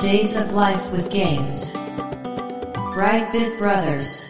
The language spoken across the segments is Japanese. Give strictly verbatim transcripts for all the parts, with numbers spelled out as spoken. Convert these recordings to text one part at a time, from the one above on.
Days of Life with Games Brightbit Brothers。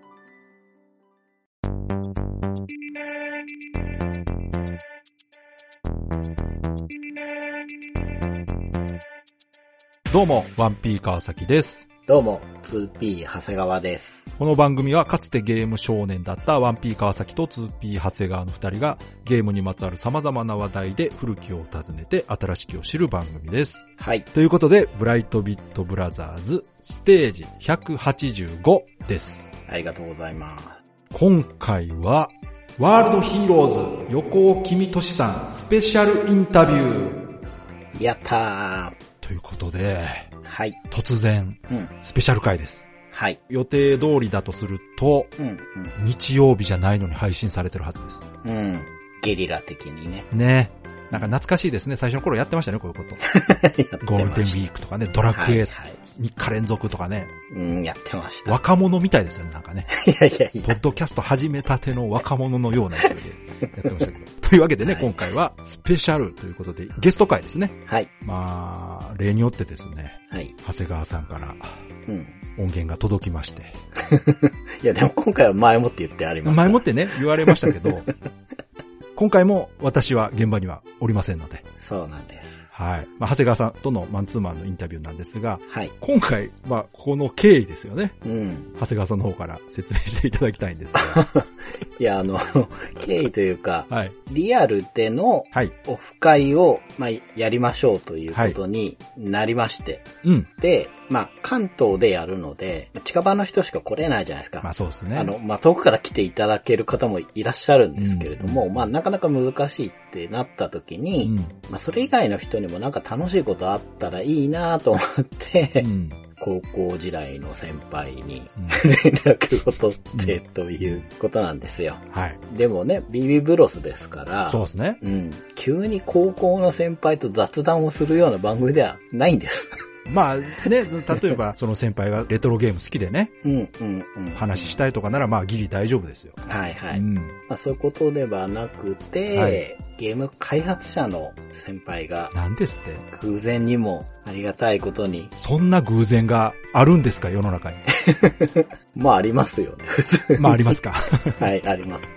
どうも、ワンピー川崎です。 どうも、ツーピー 長谷川です。 この番組はかつてゲーム少年だったワンピー川崎と ツーピー 長谷川の二人がゲームにまつわる様々な話題で古きを訪ねて新しきを知る番組です。 はい。 ということで、ブライトビットブラザーズステージひゃくはちじゅうごです。 ありがとうございます。 今回は、ワールドヒーローズ横尾公俊さんスペシャルインタビュー。やったー。 ということで、 はい。 突然、うん、スペシャル回です。 はい。 予定通りだとすると、 うんうん、 日曜日じゃないのに配信されてるはずです。 うん。ゲリラ的にね。 ね。なんか懐かしいですね。最初の頃やってましたね、こういうこと。ゴールデンウィークとかね、ドラクエみっか連続とかね。 うん、やってました。 若者みたいですよね、なんかね。 いやいやいや。 ポッドキャスト始めたての若者のような勢いでやってましたけど。というわけでね、はい、今回はスペシャルということで、ゲスト会ですね。 はい。 まあ、例によってですね、 はい。 長谷川さんから、 うん。 音源が届きまして。 いや、でも今回は前もって言ってあります。 前もってね、言われましたけど、今回も私は現場にはおりませんので。 そうなんです。 はい。まあ、長谷川さんとのマンツーマンのインタビューなんですが、 はい。 今回、まあ、この経緯ですよね。 うん。 長谷川さんの方から説明していただきたいんですが。 いや、あの、経緯というか、 はい。 リアルでのオフ会を、まあ、やりましょうということになりまして。 はい、うん。 で、まあ、関東でやるので、近場の人しか来れないじゃないですか。 まあそうですね。 あの、まあ、遠くから来ていただける方もいらっしゃるんですけれども、うん、まあ、なかなか難しいってなった時に、うん、まあ、それ以外の人にもなんか楽しいことあったらいいなと思って、うん、高校時代の先輩に連絡を取ってということなんですよ。 はい。 でもね、ビビブロスですから、 そうですね。 うん。急に高校の先輩と雑談をするような番組ではないんです。 まあね、例えばその先輩がレトロゲーム好きでね、 うんうんうん、 話したいとかならまあギリ大丈夫ですよ。 はいはい。 うん、 まあ、そういうことではなくて、はい、ゲーム開発者の先輩が、 なんですって。 偶然にもありがたいことに。 そんな偶然があるんですか、世の中に。 まあありますよね、普通。 まあありますか。 はい、あります。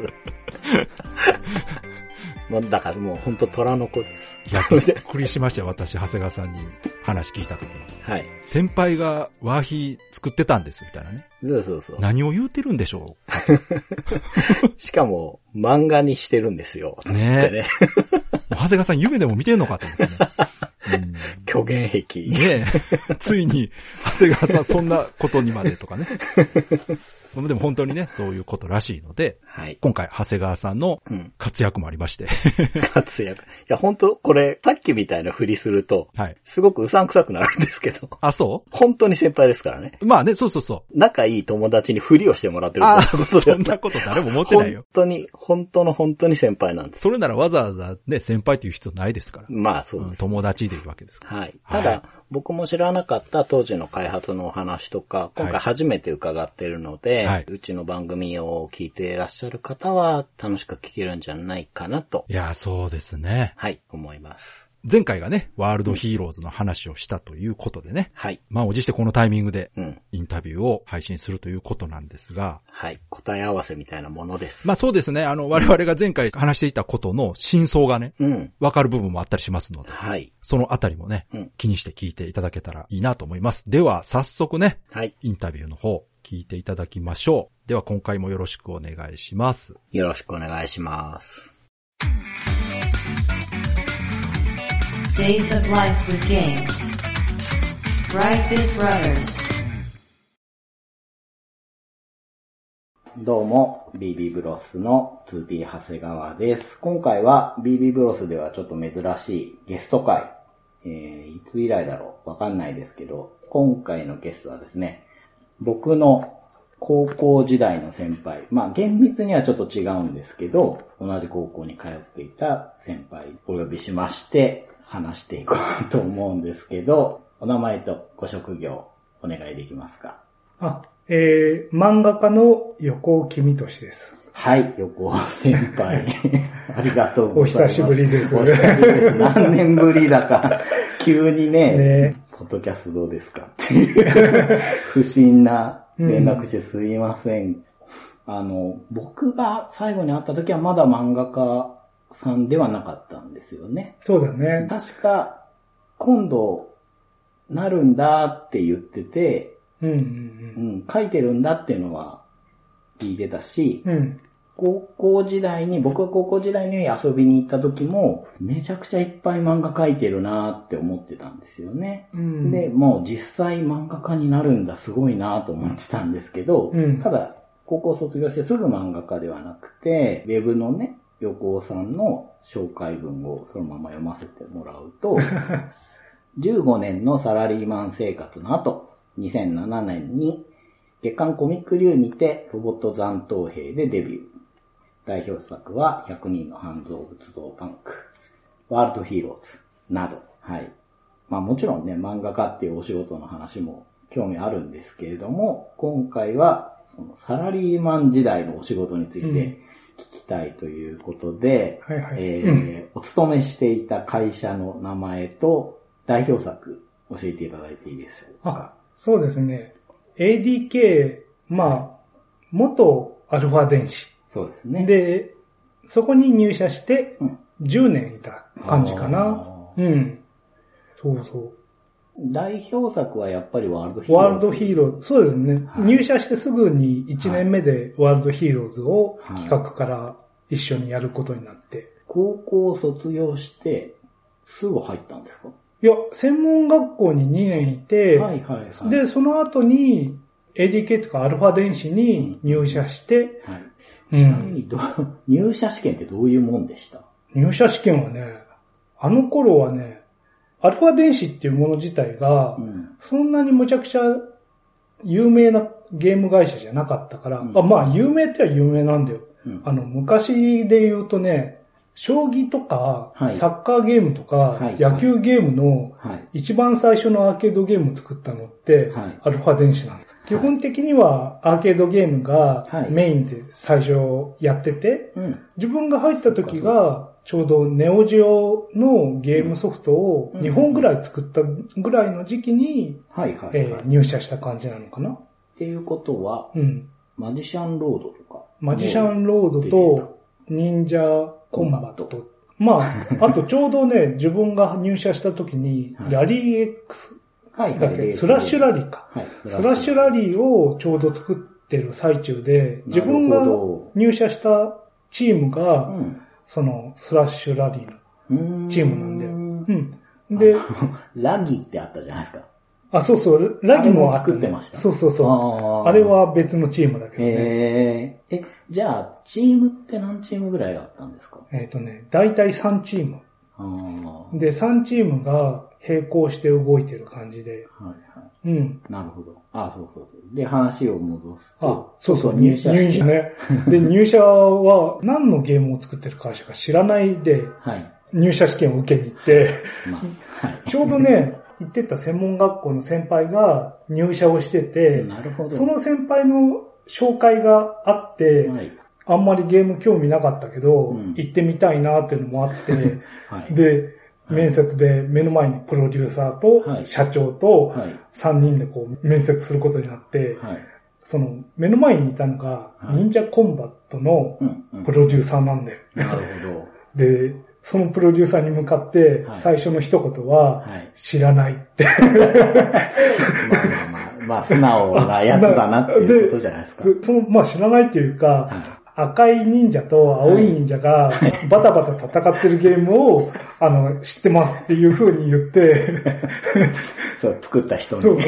だからもう本当虎の子です。 いや、びっくりしましたよ、私、長谷川さんに話聞いたときに。 はい。 先輩がワーヒー作ってたんです、みたいなね。 そうそうそう。 何を言うてるんでしょう。しかも、漫画にしてるんですよ。 ねえ。ね長谷川さん夢でも見てんのかと思ってね。 うん、虚言癖。 ねえ。ついに、長谷川さんそんなことにまでとかね。でも本当にね、そういうことらしいので、 はい、 今回、長谷川さんの活躍もありまして。 うん、活躍。いや、本当これ、さっきみたいな振りすると、 はい、 すごくうさんくさくなるんですけど。 あ、そう？ 本当に先輩ですからね。 まあね、そうそうそう。 仲いい友達に振りをしてもらってる。 ああ、そんなこと誰も思ってないよ。 本当に、本当の本当に先輩なんです。 それならわざわざね、先輩という必要ないですから。 まあ、そうです、 うん。友達でいるわけですから。 はい。ただ、はい、僕も知らなかった当時の開発のお話とか、今回初めて伺ってるので、はい、うちの番組を聞いていらっしゃる方は楽しく聞けるんじゃないかなと。 いや、そうですね。 はい、思います。 前回がね、ワールドヒーローズの話をしたということでね。 はい。 満を持してこのタイミングで、インタビューを配信するということなんですが。 はい。答え合わせみたいなものです。 まあそうですね。あの、我々が前回話していたことの真相がね、 うん。 わかる部分もあったりしますので。 はい。 そのあたりもね、うん、気にして聞いていただけたらいいなと思います。では、早速ね、 はい。 インタビューの方、聞いていただきましょう。では、今回もよろしくお願いします。 よろしくお願いします。 Days of Life with Games Brightbit Brothers。 どうも ビービー ブロスの ツーピー 長谷川です。今回は ビービー ブロスではちょっと珍しいゲスト会、えー、いつ以来だろうわかんないですけど、今回のゲストはですね、僕の高校時代の先輩、まあ厳密にはちょっと違うんですけど、同じ高校に通っていた先輩をお呼びしまして話していこうと思うんですけど、お名前とご職業お願いできますか？ あ、えー、漫画家の横尾公俊です。 はい、横尾先輩。ありがとうございます。 お久しぶりです。 お久しぶりです。何年ぶりだか、急にね、ね、ポッドドキャストどうですかっていう不審な連絡してすいません。うん、あの、僕が最後に会った時はまだ漫画家さんではなかったんですよね。 そうだね。 確か、今度、なるんだって言ってて、 うんうんうん。うん、 書いてるんだっていうのは聞いてたし、 うん、 高校時代に、僕が高校時代に遊びに行った時も、めちゃくちゃいっぱい漫画描いてるなーって思ってたんですよね。 うん、 で、もう実際漫画家になるんだ、すごいなーと思ってたんですけど、 うん、 ただ、高校卒業してすぐ漫画家ではなくて、ウェブのね、横尾さんの紹介文をそのまま読ませてもらうと、じゅうごねんのサラリーマン生活の後、にせんななねんに月刊コミックリューにてロボット残党兵でデビュー。代表作はひゃくにんの半蔵仏像パンク、ワールドヒーローズなど。はい。まあもちろんね、漫画家っていうお仕事の話も興味あるんですけれども、今回はそのサラリーマン時代のお仕事について聞きたいということで、 うんはいはいえーうん、お勤めしていた会社の名前と代表作教えていただいていいでしょうか。 そうですね。エーディーケー、まあ、元アルファ電子。 そうですね。 で、そこに入社してじゅうねんいた感じかな。うん。うん、そうそう。 代表作はやっぱりワールドヒーローズ。 ワールドヒーローズ。そうですね。はい、入社してすぐにいちねんめでワールドヒーローズを企画から一緒にやることになって。はい、 高校卒業してすぐ入ったんですか？ いや、専門学校ににねんいて、 はいはいはい、 で、その後に エーディーケー とかアルファ電子に入社して、 うんはいちなみにど、入社試験ってどういうもんでした？ 入社試験はね、あの頃はね、アルファ電子っていうもの自体が、うん、そんなにむちゃくちゃ有名なゲーム会社じゃなかったから、うん、あまあ有名っては有名なんだよ。うん、あの昔で言うとね、将棋とか、はい、サッカーゲームとか、はい、野球ゲームの一番最初のアーケードゲームを作ったのって、はい、アルファ電子なんです。基本的にはアーケードゲームがメインで最初やってて、はい、自分が入った時がちょうどネオジオのゲームソフトをにほんぐらい作ったぐらいの時期に入社した感じなのかな。 っていうことは、 うん、 マジシャンロードとか。 マジシャンロードと忍者コンバット。まあ、あとちょうどね、自分が入社した時に、ラリー X、 はいだっけ、スラッシュラリーか、はい。スラッシュラリーをちょうど作ってる最中で、自分が入社したチームが、うん、そのスラッシュラリーのチームなんだよ。うん。で、 ラギってあったじゃないですか。 あ、そうそう、ラギもあった、ね、 作ってました。 そうそうそう。あ, あれは別のチームだけどね。 へーえ、じゃあ、チームって何チームぐらいあったんですか？ えっ、ー、とね、だいたいさんチーム。 あで、さんチームが並行して動いてる感じで。 はいはい。 うん。 なるほど。あ、そうそうそう。で、話を戻すと。 あ、そうそう、入社入社ね。で、入社は何のゲームを作ってる会社か知らないで、 はい。 入社試験を受けに行って、 まあ、はい。 ちょうどね、行ってた専門学校の先輩が入社をしてて、 なるほど。 その先輩の紹介があって、はい、あんまりゲーム興味なかったけど、うん、行ってみたいなっていうのもあって、はい、で、面接で目の前にプロデューサーと社長とさんにんでこう面接することになって、はい、その目の前にいたのが忍者コンバットのプロデューサーなんだよ。 なるほど。 で、そのプロデューサーに向かって最初の一言は、知らないって。 まあまあまあ、まあ素直なやつだなっていうことじゃないですか。 そのまあ知らないっていうか、はい赤い忍者と青い忍者がバタバタ戦ってるゲームを、あの、知ってますっていう風に言って、 そう、作った人に。 そうそう、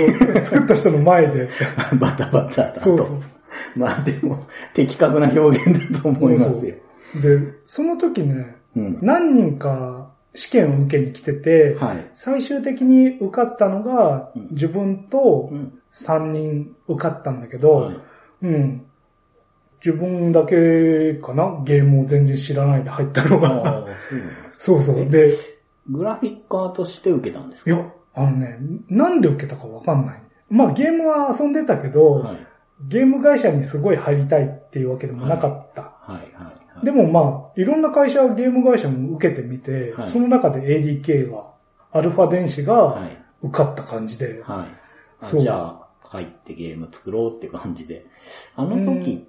作った人の前で。 バタバタだと。 そうそう。 まあでも、的確な表現だと思いますよ。そうそうで、その時ね、うん、何人か試験を受けに来てて、はい、最終的に受かったのが、うん、自分とさんにん受かったんだけど、はい、うん自分だけかなゲームを全然知らないで入ったのが。そうそう。で、 グラフィッカーとして受けたんですか？ いや、あのね、なんで受けたかわかんない。まあゲームは遊んでたけど、はい、ゲーム会社にすごい入りたいっていうわけでもなかった。 はいはいはいはい、 でもまあ、いろんな会社、ゲーム会社も受けてみて、はい、その中で エーディーケー が、アルファ電子が受かった感じで。 はい。あじゃあ、入ってゲーム作ろうって感じで。あの時って、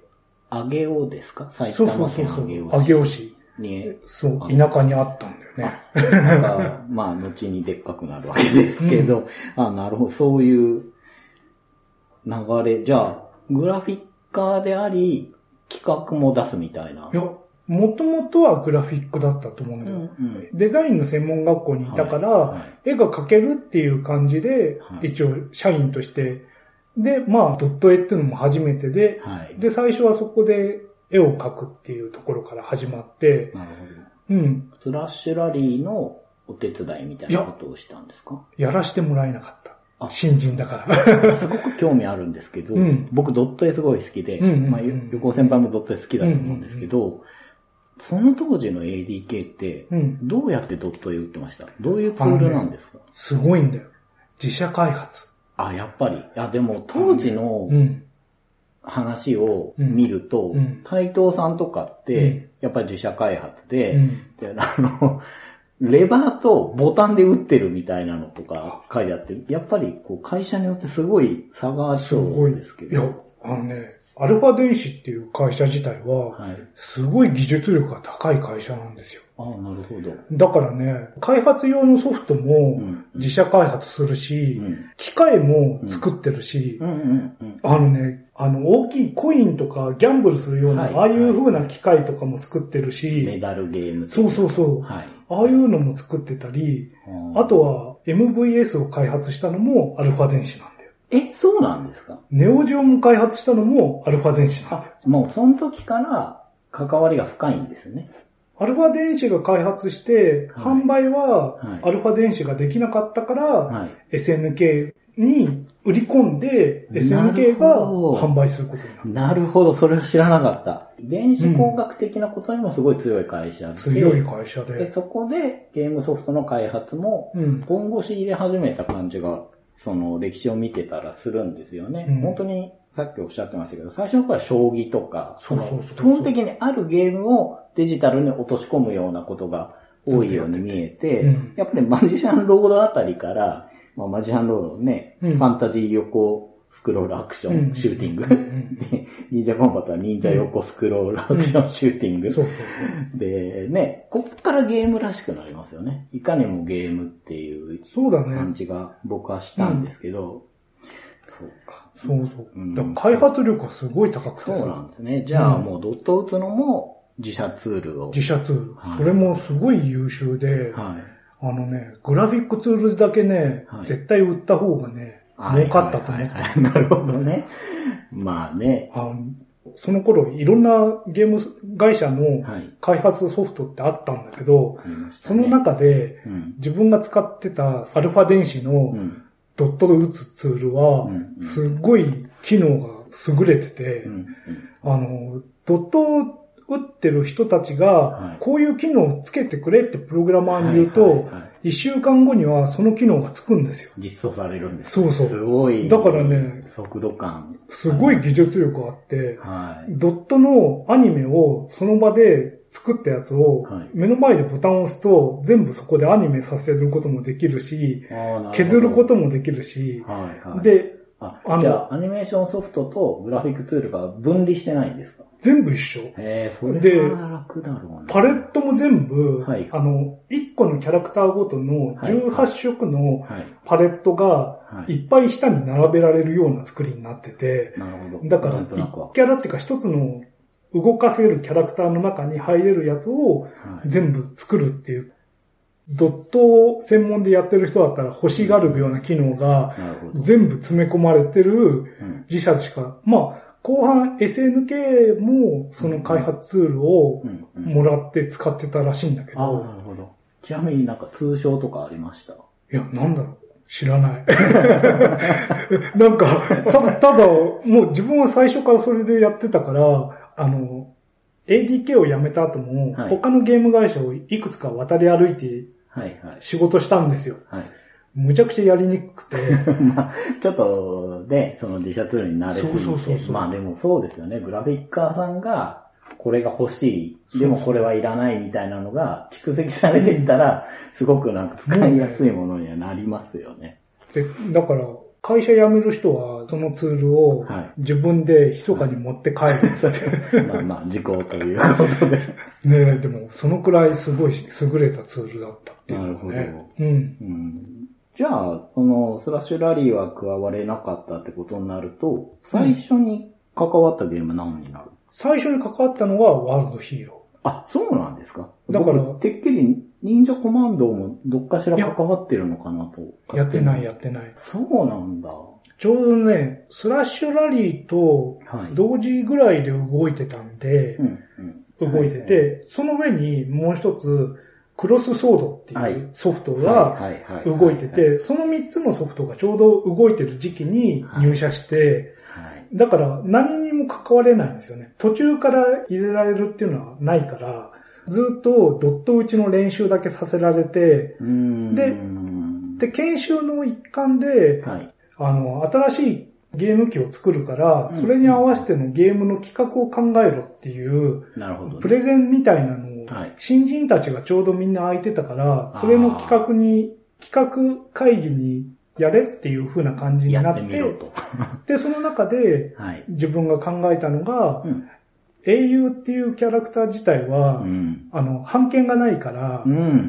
上尾ですか？埼玉県上尾市。 上尾市。 に、 そう、田舎にあったんだよね。 なんか、まあ、後にでっかくなるわけですけど、うん、あ、なるほど、そういう流れ。じゃあ、グラフィッカーであり、企画も出すみたいな。 いや、もともとはグラフィックだったと思うんだよ。うんうん、デザインの専門学校にいたから、はいはい、絵が描けるっていう感じで、はい、一応社員として、で、まあ、ドット絵っていうのも初めてで、はい、で、最初はそこで絵を描くっていうところから始まって、 なるほど。うん。スラッシュラリーのお手伝いみたいなことをしたんですか？ やらしてもらえなかった。新人だから。 すごく興味あるんですけど、うん、僕ドット絵すごい好きで、うんうんうん、まあ、横尾先輩もドット絵好きだと思うんですけど、うんうんうん、その当時の エーディーケー って、どうやってドット絵打ってました？どういうツールなんですか？ね、 すごいんだよ。自社開発。 あ、やっぱり。いや、でも当時の話を見ると、斎、うん、藤さんとかって、やっぱり自社開発で、うん、であの、レバーとボタンで打ってるみたいなのとか書いてあって、やっぱりこう会社によってすごい差があるんですけど。 いや、あのね、アルファ電子っていう会社自体は、すごい技術力が高い会社なんですよ。 ああ、なるほど。 だからね、開発用のソフトも自社開発するし、うん、機械も作ってるし、あのね、あの大きいコインとかギャンブルするような、はい、ああいう風な機械とかも作ってるし、 メダルゲームとか。 そうそうそう。はい、ああいうのも作ってたり、あとは エムブイエス を開発したのもアルファ電子なんだよ。 え、そうなんですか？ ネオジオも開発したのもアルファ電子なんだよ。 あ、もうその時から関わりが深いんですね。 アルファ電子が開発して、はい、販売はアルファ電子ができなかったから、はい、エスエヌケー に売り込んで、エスエヌケー が販売することになる。 なるほど、それは知らなかった。電子工学的なことにもすごい強い会社で、 うん、強い会社で。 で、そこでゲームソフトの開発も、本腰入れ始めた感じが、その歴史を見てたらするんですよね。うん、本当に、さっきおっしゃってましたけど、最初の頃は将棋とか、そうそうそうそう、基本的にあるゲームをデジタルに落とし込むようなことが多いように見えて、うん、やっぱりマジシャンロードあたりから、まあ、マジシャンロードね、うん、ファンタジー横スクロールアクション、うん、シューティング、うん、で、忍者コンバットは忍者横スクロールアクション、シューティング、うんそうそうそう。で、ね、こっからゲームらしくなりますよね。いかにもゲームっていう感じが僕はしたんですけど、そうか。 そうそう。うん、だから開発力はすごい高くて。 そうなんですね。じゃあもうドット打つのも自社ツールを。 自社ツール。はい、それもすごい優秀で、はい、あのね、グラフィックツールだけね、はい、絶対売った方がね、儲かったと思って、はいはいはい。 なるほどね。まあね。 あその頃いろんなゲーム会社の開発ソフトってあったんだけど、はいね、その中で、うん、自分が使ってたアルファ電子の、うんドットで打つツールは、すっごい機能が優れてて、うんうん、あの、ドットを打ってる人たちが、こういう機能をつけてくれってプログラマーに言うと、はいはいはい、一週間後にはその機能がつくんですよ。 実装されるんです。 そうそう。 すごい。 だからね、 速度感。 すごい技術力があって、はい、ドットのアニメをその場で作ったやつを、目の前でボタンを押すと、全部そこでアニメさせることもできるし、削ることもできるし、はいはい、で、 あ、あじゃあ、アニメーションソフトとグラフィックツールが分離してないんですか？ 全部一緒。 へー、それは楽だろうね。 パレットも全部、はい、あの、いっこのキャラクターごとのじゅうはっしょくのパレットがいっぱい下に並べられるような作りになってて、 なるほど。 だから、いちキャラっていうか一つの動かせるキャラクターの中に入れるやつを全部作るっていう。ドットを専門でやってる人だったら欲しがるような機能が全部詰め込まれてる自社しか、まあ後半 エスエヌケー もその開発ツールをもらって使ってたらしいんだけど。 あ、なるほど。ちなみになんか通称とかありました？いや、なんだろう。知らない。なんか、ただ、ただ、もう自分は最初からそれでやってたから、あの、エーディーケー を辞めた後も、はい、他のゲーム会社をいくつか渡り歩いて、仕事したんですよ。はいはい、むちゃくちゃやりにくくて。 まあ、ちょっとね、その自社ツールに慣れすぎて。そうそうそうそう。まあでもそうですよね。グラフィッカーさんがこれが欲しい、でもこれはいらないみたいなのが蓄積されていったら、すごくなんか使いやすいものにはなりますよね。 で、だから、会社辞める人は、そのツールを自分で密かに持って帰るんですよ、 はい、まあまあ、時効ということで。 ねえ、でも、そのくらいすごい優れたツールだったっていう、ね。 なるほど。 うん。うん、 じゃあ、その、スラッシュラリーは加われなかったってことになると、最初に関わったゲーム何になる、うん、 最初に関わったのがワールドヒーロー。 あ、そうなんですか。 だから、 てっきり忍者コマンドもどっかしら関わってるのかなと。 やってないやってない。 そうなんだ。 ちょうどね、スラッシュラリーと同時ぐらいで動いてたんで、はいうんうん、動いてて、はいはい、その上にもう一つ、クロスソードっていうソフトが動いてて、その三つのソフトがちょうど動いてる時期に入社して、はいはい、だから何にも関われないんですよね。途中から入れられるっていうのはないから、ずっとドット打ちの練習だけさせられて、で、で、研修の一環で、はい、あの、新しいゲーム機を作るから、それに合わせてのゲームの企画を考えろっていう、 なるほどね、 プレゼンみたいなのを、新人たちがちょうどみんな空いてたから、それの企画に、企画会議にやれっていう風な感じになって、 やってみろとで、その中で、自分が考えたのが、うん英雄っていうキャラクター自体は、うん、あの、版権がないから、 うん、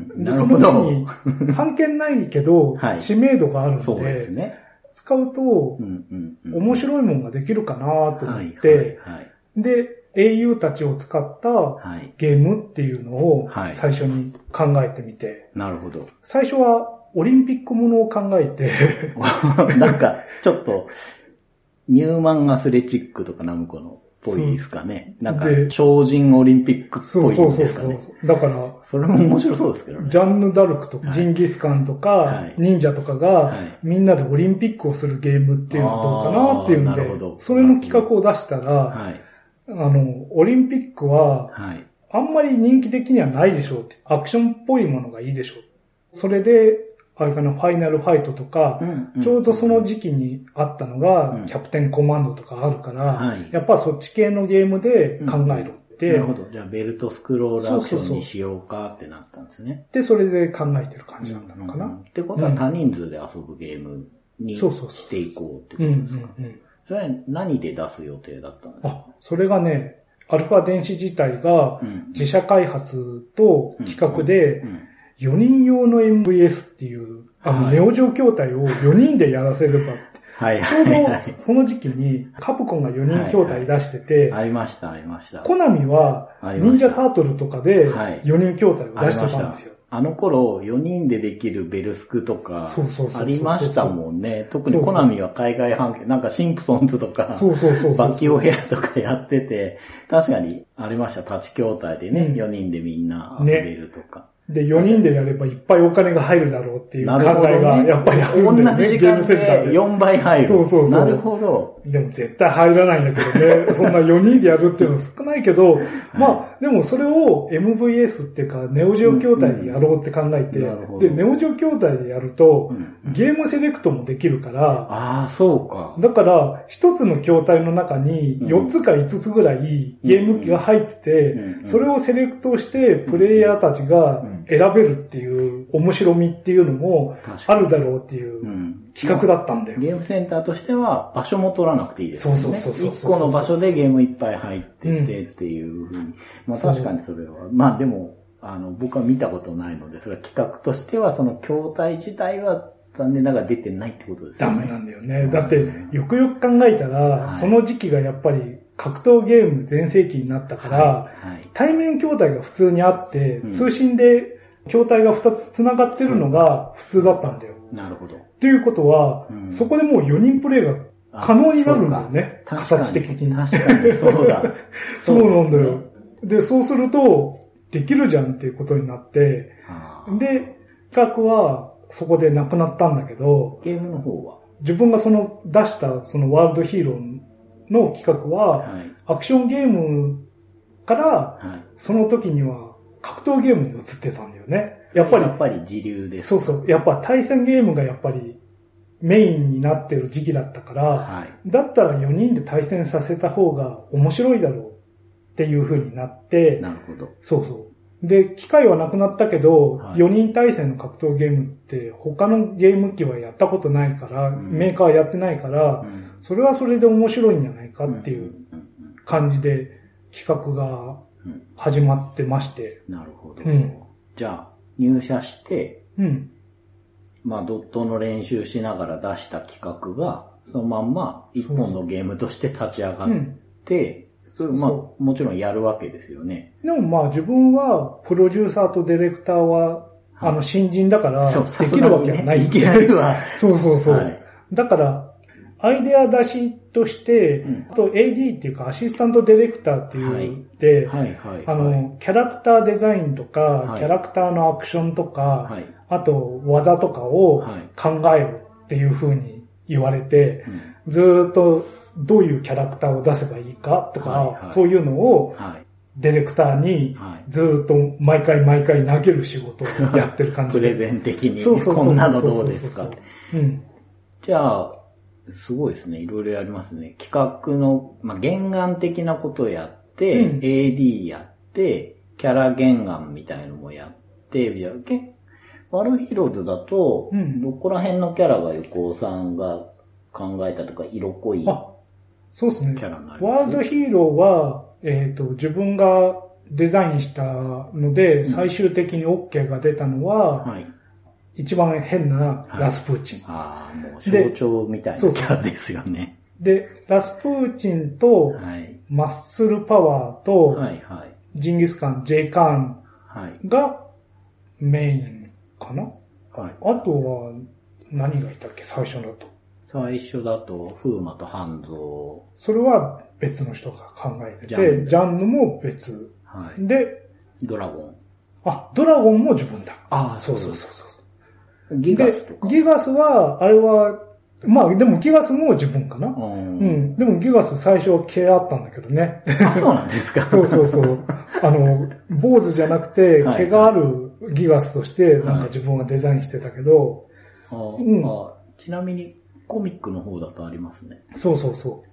でその上に、版権ないけど、はい、知名度があるので、 そうですね、 使うと、うんうんうん、面白いものができるかなと思って、はいはいはい、で、英雄たちを使ったゲームっていうのを最初に考えてみて、はいはい、 なるほど。 最初はオリンピックものを考えて、 なんか、ちょっと、ニューマンアスレチックとかナムコの、ぽいですかね。なんか、超人オリンピックっぽいんですかね。そうそうそう。 だから、 それも面白そうですけどね。 ジャンヌ・ダルクとか、ジンギスカンとか、はい、忍者とかが、はい、みんなでオリンピックをするゲームっていうのはどうかなっていうんで、それの企画を出したら、はい、あの、オリンピックは、はい、あんまり人気的にはないでしょうって。アクションっぽいものがいいでしょう。それで、あれかな、ファイナルファイトとか、うんうん、ちょうどその時期にあったのが、うん、キャプテンコマンドとかあるから、はい、やっぱそっち系のゲームで考えろって、うん。なるほど。じゃあベルトスクロールアクションにしようかってなったんですね。そうそうそうで、それで考えてる感じだったのかな。うんうん、 ってことは多人数で遊ぶゲームにしていこうってことですか。それは何で出す予定だったんですか？ あ、それがね、アルファ電子自体が自社開発と企画で、うんうんうんよにん用の エムブイエス っていう、あの、ネオ状筐体をよにんでやらせればって。はいはいはい。ちょうどその時期にカプコンがよにん筐体出してて、はいはい、 ありました、ありました。 コナミは忍者タートルとかでよにん筐体を出してたんですよ。 あの頃よにんでできるベルスクとかありましたもんね。特にコナミは海外版権、なんかシンプソンズとか、バキオヘアとかやってて、確かにありました。立ち筐体でね、うん、よにんでみんな遊べるとか。 ねで、よにんでやればいっぱいお金が入るだろうっていう考えがやっぱりあるんだよね。 同じ時間でよんばい入る。 そうそうそう。 なるほど。 でも絶対入らないんだけどね。そんなよにんでやるっていうのは少ないけど、はい、まあ、でもそれを エムブイエス っていうか、ネオジオ筐体でやろうって考えて、うんうん、で、ネオジオ筐体でやると、うん、ゲームセレクトもできるから、 ああ、そうか。 だから、一つの筐体の中によっつかいつつぐらいゲーム機が入ってて、うんうん、それをセレクトしてプレイヤーたちが選べるっていう面白みっていうのもあるだろうっていう企画だったんだよ。 ゲームセンターとしては場所も取らなくていいですよね。 そうそうそうそう。 一個の場所でゲームいっぱい入っててっていうふうに。うん、まあ確かにそれは。まあでも、あの、僕は見たことないので、それは企画としてはその筐体自体は残念ながら出てないってことですよね。 ダメなんだよね。だって、よくよく考えたら、はい、その時期がやっぱり格闘ゲーム全盛期になったから、はいはい、対面筐体が普通にあって、うん、通信で筐体がふたつ繋がってるのが普通だったんだよ。 なるほど。 っていうことは、うん、そこでもうよにんプレイが可能になるんだよね。形的に。 確かに、そうだ。 そうなんだよ。で、そうすると、できるじゃんっていうことになって、で、企画はそこでなくなったんだけど、 ゲームの方は自分がその出したそのワールドヒーローの企画は、はい、アクションゲームから、はい、その時には格闘ゲームに移ってたんだよね。やっぱり。 やっぱり自流です。 そうそう。やっぱ対戦ゲームがやっぱりメインになってる時期だったから、はい、だったらよにんで対戦させた方が面白いだろうっっていう風になって、 なるほど。 そうそう。で、機会はなくなったけど、 はい、 よにん対戦の格闘ゲームって他のゲーム機はやったことないから、うん、メーカーはやってないから、うん、それはそれで面白いんじゃないかっていう感じで企画が始まってまして。 うん、なるほど。うん、じゃあ、入社して、うん、まあ、ドットの練習しながら出した企画が、そのまんま一本のゲームとして立ち上がって、それまあもちろんやるわけですよね。 でもまあ自分はプロデューサーとディレクターは、はい、あの新人だからできるわけはない。 いきなりは。 そうそうそう。はい、だからアイデア出しとして、うん、あと エーディー っていうかアシスタントディレクターっていうで、はいはいはいはい、あのキャラクターデザインとか、はい、キャラクターのアクションとか、はい、あと技とかを考えるっていう風に言われて、うん、ずーっとどういうキャラクターを出せばいいかとか、はいはい、そういうのを、ディレクターにずーっと毎回毎回投げる仕事をやってる感じで。 プレゼン的に、こんなのどうですか。じゃあ、すごいですね。いろいろやりますね。企画の、まあ、原案的なことをやって、うん、エーディー やって、キャラ原案みたいのもやって、ワールドヒーローズだと、うん、どこら辺のキャラが横尾さんが考えたとか色濃いキャラになります？ そうですね。ワールドヒーローは、えっと、自分がデザインしたので、うん、最終的に OK が出たのは、はい、一番変なラスプーチン。 はい、ああ、もう象徴みたいなキャラですよね。 で、ラスプーチンと、はい、マッスルパワーと、はいはい、ジンギスカン、ジェイカーンがメインかな、はい、あとは何がいたっけ最初だと。 最初だと、フーマとハンゾー。それは別の人が考えてて、ジャンヌも別。はい、で、 ドラゴン。 あ、ドラゴンも自分だ。 ああ、 そうそうそうそう。ギガスとか。 ギガスは、あれは、まあでもギガスも自分かな。うん。うん。でもギガス最初は毛あったんだけどね。 あ、そうなんですか。 そうそうそう。あの、坊主じゃなくて毛があるギガスとしてなんか自分はデザインしてたけど。 はい、うん、あちなみにコミックの方だとありますね。 そうそうそう。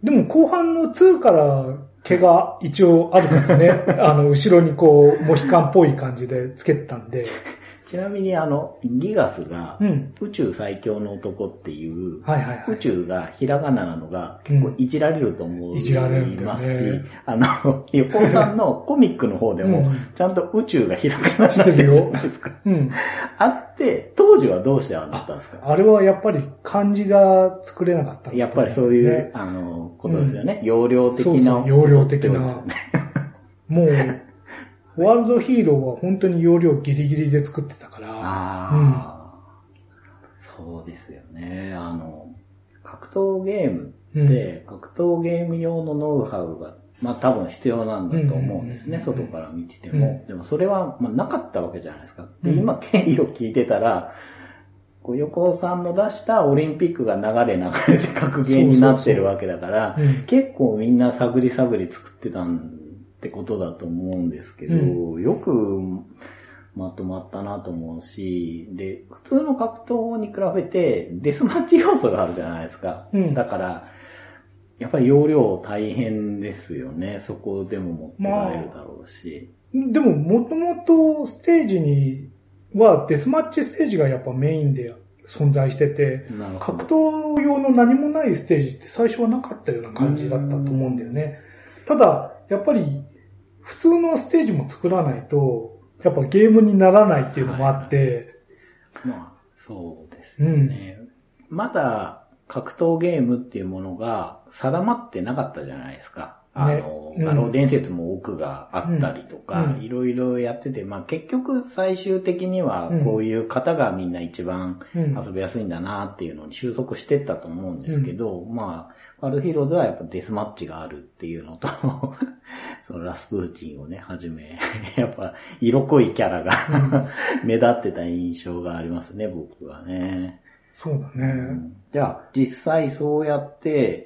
でも後半のにから毛が一応あるからね。あの、後ろにこう、モヒカンっぽい感じでつけてたんで。 ちなみにあの、ギガスが、宇宙最強の男っていう、宇宙がひらがななのが結構いじられると思いますし、あの、横尾さんのコミックの方でも、ちゃんと宇宙がひらがなになってるじゃないですか。あって、当時はどうしてああなったんですか？ あれはやっぱり漢字が作れなかった、 やっぱりそういう、あの、ことですよね。容量的な。 そうそう、容量的な。もう、ワールドヒーローは本当に容量ギリギリで作ってたから。 ああ、うん、そうですよね。あの、格闘ゲームって、うん、格闘ゲーム用のノウハウが、まあ多分必要なんだと思うんですね。外から見てても。うん、でもそれは、まあ、なかったわけじゃないですか。で、今経緯を聞いてたら、こう横尾さんの出したオリンピックが流れ流れて格ゲーになってるわけだから、結構みんな探り探り作ってたんってことだと思うんですけど、うん、よくまとまったなと思うし、で、普通の格闘に比べてデスマッチ要素があるじゃないですか。うん、だから、やっぱり容量大変ですよね。そこでも持ってられるだろうし。 まあ、でも、もともとステージにはデスマッチステージがやっぱメインで存在してて、格闘用の何もないステージって最初はなかったような感じだったと思うんだよね。ただ、やっぱり普通のステージも作らないと、やっぱゲームにならないっていうのもあって、 はい、まあ、そうですね、うん。まだ格闘ゲームっていうものが定まってなかったじゃないですか。あの、ね、うん、あの伝説も奥があったりとか、いろいろやってて、まあ結局最終的にはこういう方がみんな一番遊びやすいんだなっていうのに収束してったと思うんですけど、うん、まあ、ワールドヒーローズはやっぱデスマッチがあるっていうのと、そのラスプーチンをね、はじめ、やっぱ色濃いキャラが目立ってた印象がありますね、僕はね。 そうだね。うん、 じゃあ、実際そうやって、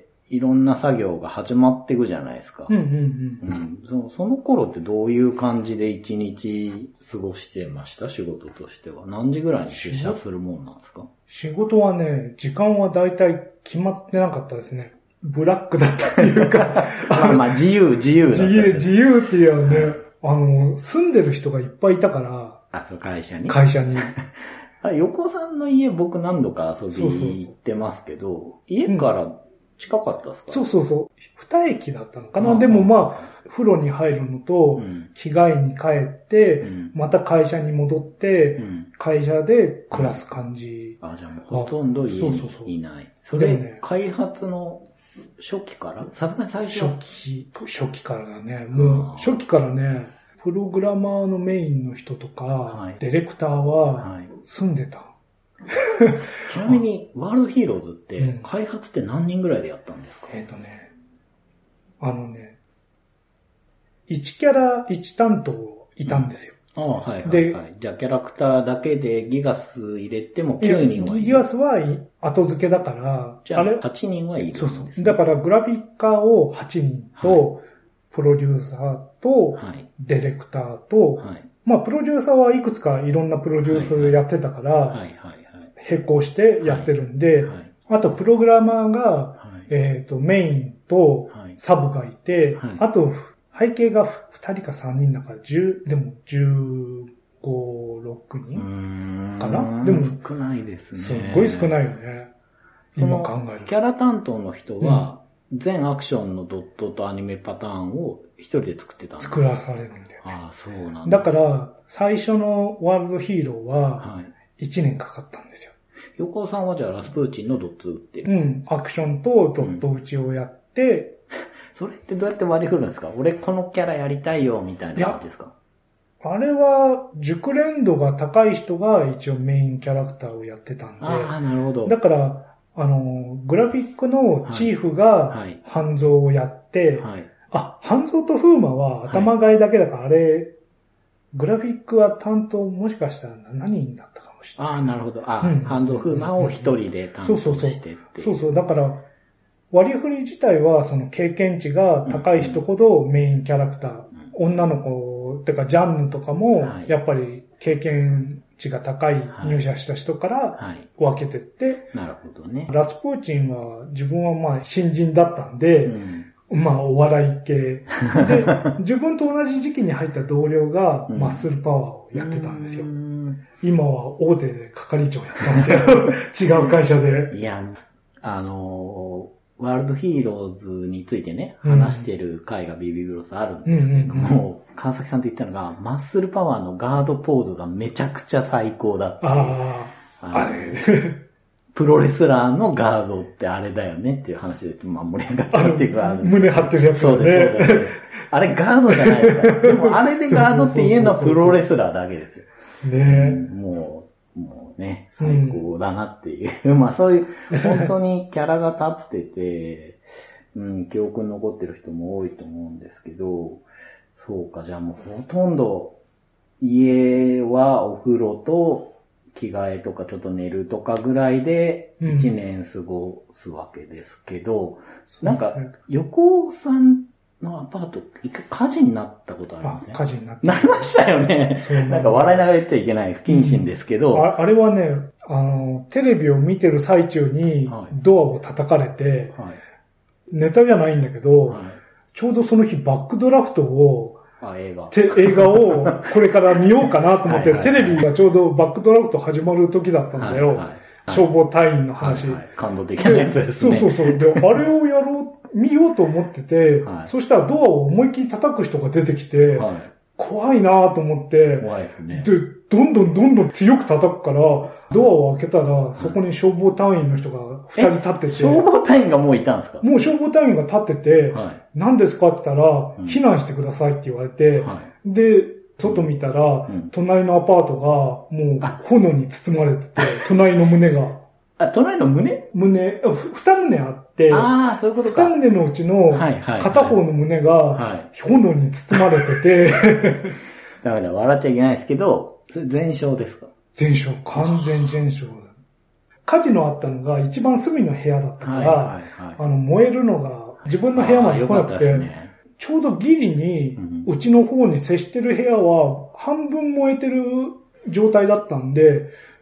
いろんな作業が始まっていくじゃないですか。 うんうんうんうん、そ, その頃ってどういう感じで一日過ごしてました？仕事としては。何時ぐらいに出社するもんなんですか？ 仕事はね、時間はだいたい決まってなかったですね。 ブラックだったっていうか。 まあまあ自由、自由だった。 自由、自由っていうね、あの、住んでる人がいっぱいいたから。 あ、そう、会社に会社に。 あれ、横さんの家僕何度か遊び行ってますけど、そうそうそう家から近かったですか、 うん、そうそうそう。二駅だったのかな。でもまあ、風呂に入るのと、うん、着替えに帰って、うん、また会社に戻って、うん、会社で暮らす感じ。 うん、あ、じゃあもうほとんど家にいない。そうそうそうそれ、ね、開発の初期からさすがに最初初期、初期からだね。もう、初期からね、プログラマーのメインの人とか、はい、ディレクターは住んでた。はい、 ちなみに、ワールドヒーローズって、開発って何人ぐらいでやったんですか？ うん、えっとね、あのね、いちキャラいち担当いたんですよ。 うん、ああ、はいはい、はい。じゃあキャラクターだけでギガス入れてもきゅうにんはいる。 ギガスは後付けだから、 じゃあはちにんはいるんです、ね。 そうそう。だからグラフィッカーをはちにんと、はい、プロデューサーと、ディレクターと、はい、まあプロデューサーはいくつかいろんなプロデュースやってたから、並行してやってるんで、はいはい、あとプログラマーが、はい、えっと、メインとサブがいて、はい、あと背景がふたりかさんにんだからじゅう、でもじゅうご、ろくにんかな。でも少ないですね。 すっごい少ないよね。今考えると。 キャラ担当の人は、うん、全アクションのドットとアニメパターンを一人で作ってたんですか？ 作らされるんだよね。 ああ、そうなんだ。 だから、最初のワールドヒーローはいちねんかかったんですよ。 横尾さんはじゃあラスプーチンのドット打ってる？ うん。アクションとドット打ちをやって、うん、 それってどうやって割り振るんですか？俺このキャラやりたいよ、みたいな感じですか？ あれは、熟練度が高い人が一応メインキャラクターをやってたんで。 ああ、なるほど。 だから、あの、グラフィックのチーフが半蔵をやって、はいはい、あ、半蔵と風磨は頭替えだけだから、はい、あれ、グラフィックは担当もしかしたら何人だったかもしれない。 ああ、なるほど。あ、うん、半蔵風磨を一人で担当してって。そうそうそう。そうそう。だから、割り振り自体はその経験値が高い人ほどメインキャラクター、うん、女の子、てかジャンヌとかも、やっぱり経験値が高い入社した人から分けてって、はいはい、 なるほどね。 ラスプーチンは自分はまあ新人だったんで、うんまあ、お笑い系。で、自分と同じ時期に入った同僚がマッスルパワーをやってたんですよ。うん、今は大手で係長やったんですよ。違う会社で。 いや、あのー、ワールドヒーローズについてね、話してる回がビビブロスあるんですけれども、うんうんうん、川崎さんと言ったのが、マッスルパワーのガードポーズがめちゃくちゃ最高だって。ああ、あれ。プロレスラーのガードってあれだよねっていう話で、まあ盛り上がったっていうかある。 胸張ってるやつだね。 そうです、そうです。あれガードじゃないですか。でもあれでガードって言えるのはプロレスラーだけですよ。 ねえ、うん。もう、もうね、最高だなっていう。うん、まあそういう、本当にキャラが立ってて、うん、記憶に残ってる人も多いと思うんですけど、そうか、じゃあもうほとんど家はお風呂と、着替えとかちょっと寝るとかぐらいで一年過ごすわけですけど、うん、なんか横尾さんのアパート一回火事になったことありますね。 あ、火事になった。 なりましたよね。なんか笑いながら言っちゃいけない不謹慎ですけど、うん、 あ。あれはね、あの、テレビを見てる最中にドアを叩かれて、はい、ネタじゃないんだけど、はい、ちょうどその日バックドラフトをあ、映画。 映画をこれから見ようかなと思ってはいはい、はい、テレビがちょうどバックドラフト始まる時だったんだよ。はいはいはい、消防隊員の話、はいはい。 感動的なやつですね。 そうそうそう。で、あれをやろう、見ようと思ってて、はい、そしたらドアを思いっきり叩く人が出てきて、はい、怖いなと思って、 怖いですね。 で、どんどんどんどん強く叩くから、ドアを開けたら、そこに消防隊員の人が二人立ってて。 消防隊員がもういたんですか？ もう消防隊員が立ってて、はい、何ですかって言ったら、うん、避難してくださいって言われて、はい、で、外見たら、うん、隣のアパートがもう炎に包まれてて、隣の胸が。 あ、隣の胸胸、二胸あって、 ああ、そういうことか。 二胸のうちの片方の胸が炎に包まれてて、 だから笑っちゃいけないですけど、それ全焼ですか？ 全焼、完全全焼。火事のあったのが一番隅の部屋だったから、はいはいはい、あの燃えるのが自分の部屋まで来なくて、ね、ちょうどギリに、うちの方に接してる部屋は半分燃えてる状態だったんで、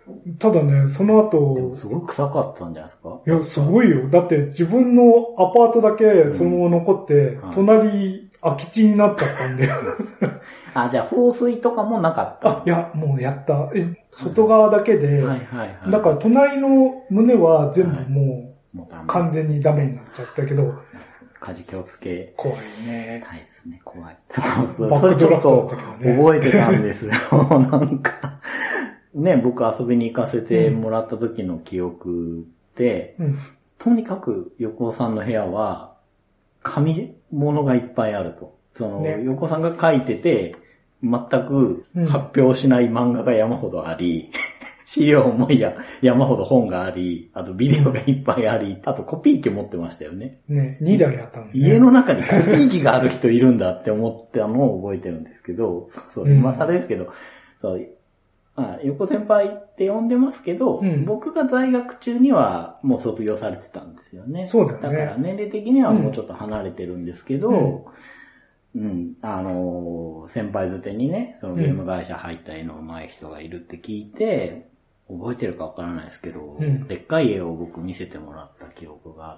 ただね、そので後も、すごい臭かったんじゃないですか？ いや、すごいよ。だって自分のアパートだけそのまま残って、うん、隣、空き地になっちゃったんで。 あ、じゃあ放水とかもなかった？ あ、いや、もうやった。え、外側だけで、 はいはいはい。 だから隣の胸は全部もう、はい、完全にダメになっちゃったけど、 火事気をつけ。 怖いね。 はいですね、怖い。そうそう、それちょっと覚えてたんですよ。なんか、ね、僕遊びに行かせてもらった時の記憶で、うん、とにかく横尾さんの部屋は、紙物がいっぱいあると。その、ね、横尾さんが書いてて、全く発表しない漫画が山ほどあり、うん、資料もや山ほど本があり、あとビデオがいっぱいあり、あとコピー機持ってましたよね。 ね、にだいあったのね。 家の中にコピー機がある人いるんだって思ったのを覚えてるんですけど、そう、今更ですけど、うん、そう、あ、横先輩って呼んでますけど、うん、僕が在学中にはもう卒業されてたんですよね。 そうだよね。 だから年齢的にはもうちょっと離れてるんですけど、うん、うん、あのー、先輩づてにね、そのゲーム会社入った絵の上手い人がいるって聞いて、覚えてるかわからないですけど、うん、でっかい絵を僕見せてもらった記憶があって、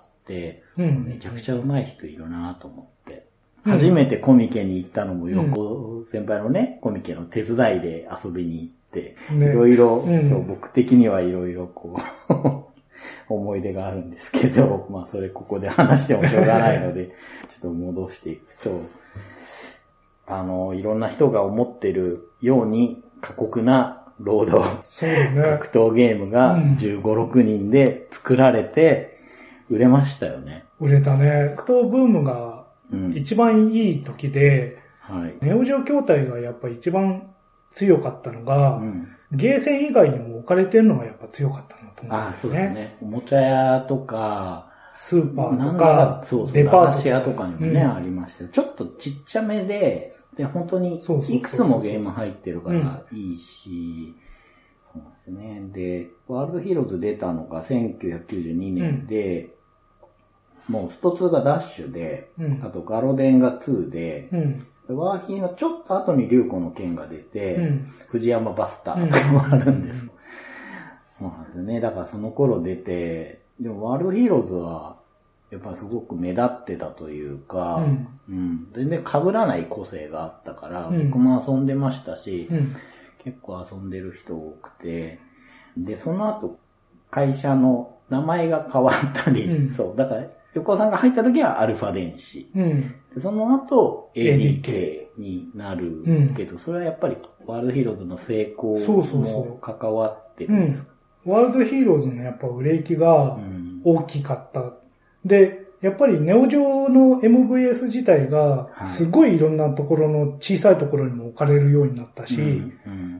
うん、めちゃくちゃ上手い人いるなと思って。初めてコミケに行ったのも横先輩のね、コミケの手伝いで遊びに行って、いろいろ、僕的にはいろいろこう、思い出があるんですけど、まあそれここで話してもしょうがないので、ちょっと戻していくと、あの、いろんな人が思ってるように過酷な労働、 そうね、 格闘ゲームがじゅうご、ろくにんで作られて、売れましたよね。 売れたね。格闘ブームが一番いい時で、 うん、はい、 ネオジオ筐体がやっぱ一番強かったのが、うん、ゲーセン以外にも置かれてるのがやっぱ強かったなと思うんですね。 ああ、そうですね。おもちゃ屋とか、 スーパーとか、 そうそうデパート屋とかにもね、うん、ありました。ちょっとちっちゃめで、で、本当にいくつもゲーム入ってるからいいし、そうですね。で、ワールドヒーローズ出たのがせんきゅうひゃくきゅうじゅうにねんで、うん、もうストツーがダッシュで、うん、あとガロデンがツーで、うんワーヒーのちょっと後に竜子の剣が出て、うん、藤山バスターとかもあるんです。そうなんですね。だからその頃出て、でもワールドヒーローズは、やっぱりすごく目立ってたというか、うんうん、全然被らない個性があったから、うん、僕も遊んでましたし、うん、結構遊んでる人多くて、で、その後、会社の名前が変わったり、うん、そう、だから、横尾さんが入った時はアルファ電子。うん、でその後 エーディーケー になるけど、うん、それはやっぱりワールドヒーローズの成功も関わってるんですか？ うん、ワールドヒーローズのやっぱ売れ行きが大きかった。うん、で、やっぱりネオ上の エムブイエス 自体がすごいいろんなところの小さいところにも置かれるようになったし、うんうん、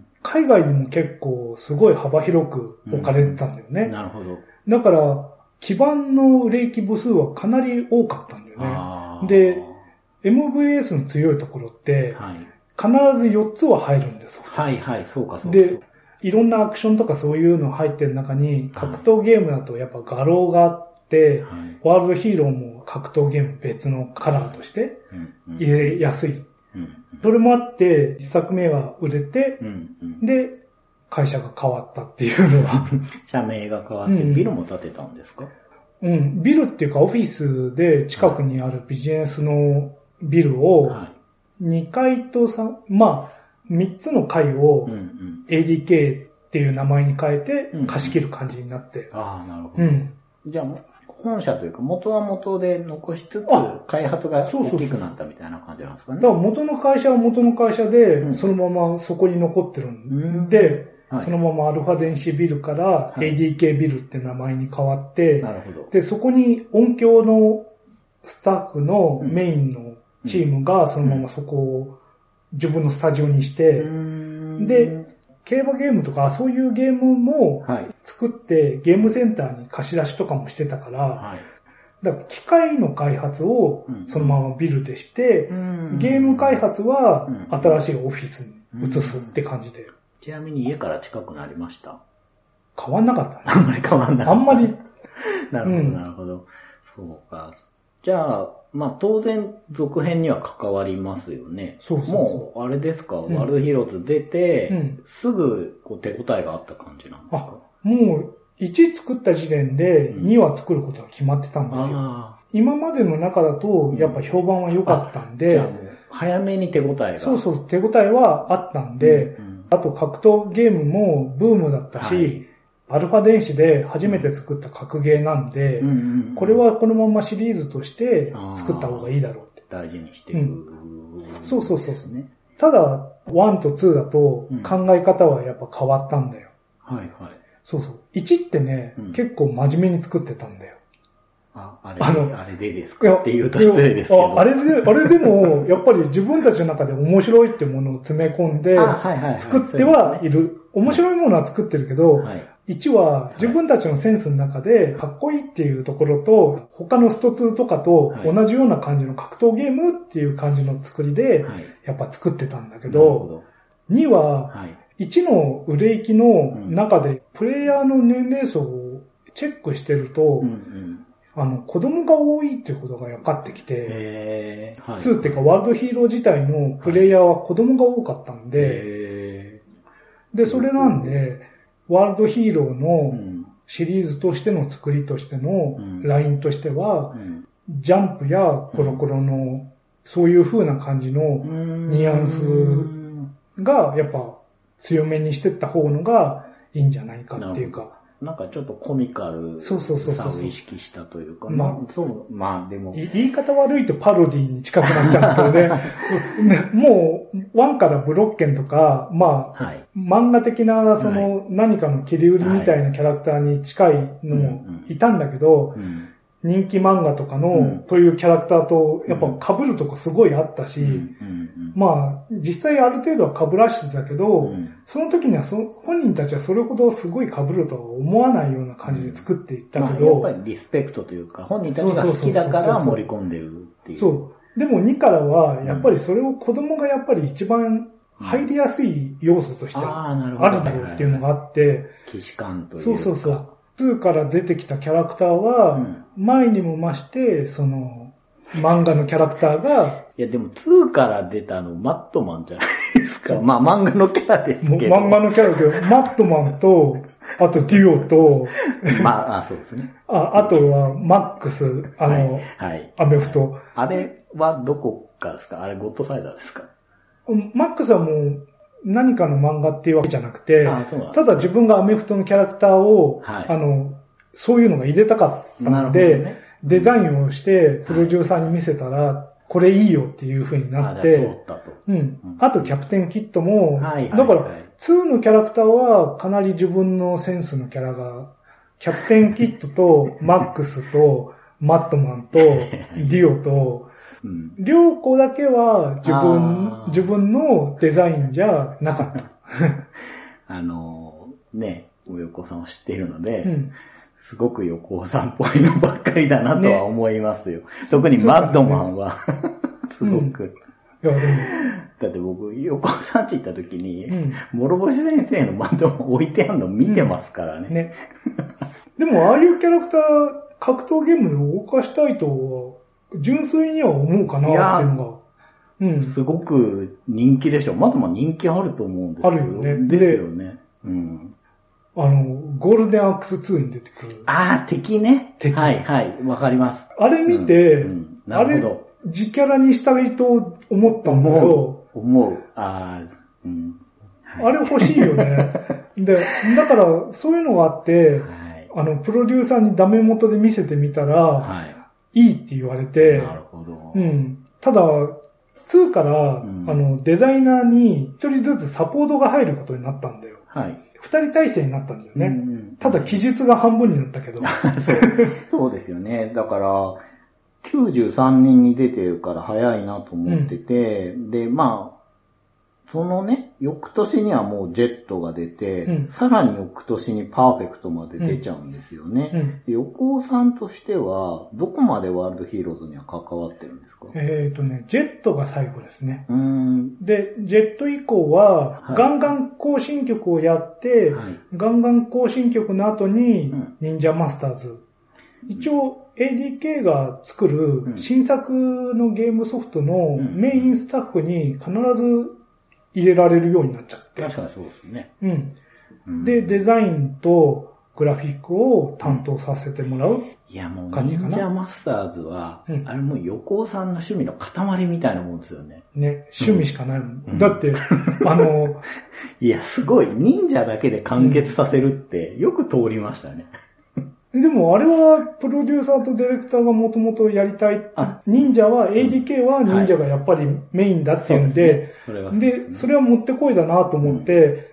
海外にも結構すごい幅広く置かれてたんだよね。 うん、なるほど。 だから、基盤の売れ行き部数はかなり多かったんだよね。で、エムブイエス の強いところって、はい、必ずよっつは入るんですよ。 はいはい、そうかそうか。 で、いろんなアクションとかそういうの入ってる中に、格闘ゲームだとやっぱ画廊があって、はい、ワールドヒーローも格闘ゲーム別のカラーとして入れやすい。うんうん、それもあって、一作目が売れて、うんうん、で、会社が変わったっていうのは。 社名が変わって、ビルも建てたんですか？ うん、うん、ビルっていうかオフィスで近くにあるビジネスのビルを、にかいとさん、まあ、みっつの階を エーディーケー っていう名前に変えて貸し切る感じになって。 うんうん、ああ、なるほど。うん、じゃあ、本社というか元は元で残しつつ、開発が大きくなったみたいな感じなんですかね。 だから元の会社は元の会社で、そのままそこに残ってるんで、うんはい、そのままアルファ電子ビルから エーディーケー ビルって名前に変わって、 はい、なるほど。 で、そこに音響のスタッフのメインのチームがそのままそこを自分のスタジオにして、うん、で、競馬ゲームとかそういうゲームも作ってゲームセンターに貸し出しとかもしてたから、はい、だから機械の開発をそのままビルでして、うん、ゲーム開発は新しいオフィスに移すって感じで。 ちなみに家から近くなりました？ 変わんなかったね。 あんまり変わんなかった。 あんまり。 なるほど、なるほど。そうか。じゃあ、 まあ当然続編には関わりますよね。 そうそうそう。 もうあれですか、うん、ワールドヒーローズ出て、うん、すぐこう手応えがあった感じなんですか？ あ、もういち作った時点でには作ることが決まってたんですよ。うん、今までの中だとやっぱ評判は良かったんで、うん、じゃあもう早めに手応えが。 そうそう、手応えはあったんで、うんうん、あと格闘ゲームもブームだったし、はい、アルファ電子で初めて作った格ゲーなんで、うんうんうん、これはこのままシリーズとして作った方がいいだろうって。 大事にしていく、うん。 そうそうそうですね。ただ、ワンとツーだと考え方はやっぱ変わったんだよ。 うん、はいはい。 そうそう。いちってね、うん、結構真面目に作ってたんだよ。 あ、あれ、あの、あれでですかって言うと失礼ですけど。 あ, あれで、あれでも、やっぱり自分たちの中で面白いってものを詰め込んで、作ってはいる。面白いものは作ってるけど、はい、いちは自分たちのセンスの中でかっこいいっていうところと、他のストツーとかと同じような感じの格闘ゲームっていう感じの作りで、やっぱ作ってたんだけど、にはいちの売れ行きの中でプレイヤーの年齢層をチェックしてると、うんうん、あの子供が多いっていうことが分かってきて、へー、はい、ツーっていうかワールドヒーロー自体のプレイヤーは子供が多かったんで、へー、で、それなんで、ワールドヒーローのシリーズとしての作りとしてのラインとしては、うん、ジャンプやコロコロのそういう風な感じのニュアンスがやっぱ強めにしてった方のがいいんじゃないかっていうか。 なんかちょっとコミカルさを意識したというか。まあ、そう、まあでも。 言い方悪いとパロディに近くなっちゃうんだけどね。もう、ワンからブロッケンとか、まあ、はい、漫画的なその何かの切り売りみたいなキャラクターに近いのもいたんだけど、うんうん、人気漫画とかの、そういうキャラクターと、やっぱ被るとこすごいあったし、うんうんうん、まあ、実際ある程度は被らしてたけど、うん、その時にはそ本人たちはそれほどすごい被るとは思わないような感じで作っていったけど、 うんまあ、やっぱりリスペクトというか、本人たちが好きだから盛り込んでるっていう。 そう。でもにからは、やっぱりそれを子供がやっぱり一番入りやすい要素としてあるだろうっていうのがあって、 既視感というか。 そうそうそう。ツーから出てきたキャラクターは、前にも増して、その、漫画のキャラクターが、 いやでもツーから出たのマットマンじゃないですか。まあ漫画のキャラですけど。 漫画のキャラだけど、マットマンと、あとデュオと、 まあ、あそうですね。 あ、あとはマックス、あの、はい、はい、アメフト。 あれはどこからですか？あれゴッドサイダーですか？ マックスはもう、何かの漫画っていうわけじゃなくて、ただ自分がアメフトのキャラクターを、はい、あの、そういうのが入れたかったので、ね、デザインをしてプロデューサーに見せたら、はい、これいいよっていう風になって、うん。あとキャプテンキットも、はいはいはい、だからツーのキャラクターはかなり自分のセンスのキャラが、キャプテンキットとマックスとマットマンとディオと、うん、両子だけは自分、自分のデザインじゃなかった。 あのー、ね、横尾さんを知っているので、うん、すごく横尾さんっぽいのばっかりだなとは思いますよ。ね、特にマッドマンは、すごく。うん、いやでもだって僕、横尾さんち行った時に、うん、諸星先生のマッドマン置いてあるの見てますからね。うん、ねでも、ああいうキャラクター、格闘ゲームで動かしたいと、純粋には思うかなっていうのが。うん。すごく人気でしょ。まだまだ人気あると思うんですけど。 あるよね。 ですよね。うん。 あの、ゴールデンアックスツーに出てくる。 ああ、敵ね。敵。はいはい。わかります。 あれ見て、うんうん、なるほど。あれ、自キャラにしたいと思ったんだけど。 思う。ああ、うん。 はい、あれ欲しいよね。で、だから、そういうのがあって、はい、あの、プロデューサーにダメ元で見せてみたら、はいいいって言われて、 なるほど。 うん。ただ、ツーから、うん、あの、デザイナーに一人ずつサポートが入ることになったんだよ。はい。二人体制になったんだよね。うんうん、ただ、記述が半分になったけど。 そう。そうですよね。だから、きゅうじゅうさんねんに出てるから早いなと思ってて、うん、で、まあ、そのね、翌年にはもうジェットが出て、うん、さらに翌年にパーフェクトまで出ちゃうんですよね。うんうん、横尾さんとしては、どこまでワールドヒーローズには関わってるんですか？ えっとね、ジェットが最後ですね。うーんで、ジェット以降は、はい、ガンガン更新曲をやって、はい、ガンガン更新曲の後に、忍者マスターズ一応 エーディーケー が作る新作のゲームソフトのメインスタッフに必ず入れられるようになっちゃって。 確かにそうですね。 うん。うん、で、デザインとグラフィックを担当させてもらう感じかな。 いやもう、忍者マスターズは、うん、あれもう横尾さんの趣味の塊みたいなもんですよね。 ね、趣味しかないもん。うん、だって、あの、 いや、すごい、忍者だけで完結させるって、よく通りましたね。 でもあれはプロデューサーとディレクターがもともとやりたい。忍者は エーディーケー は忍者がやっぱりメインだっていうんで、で、それはもってこいだなと思って、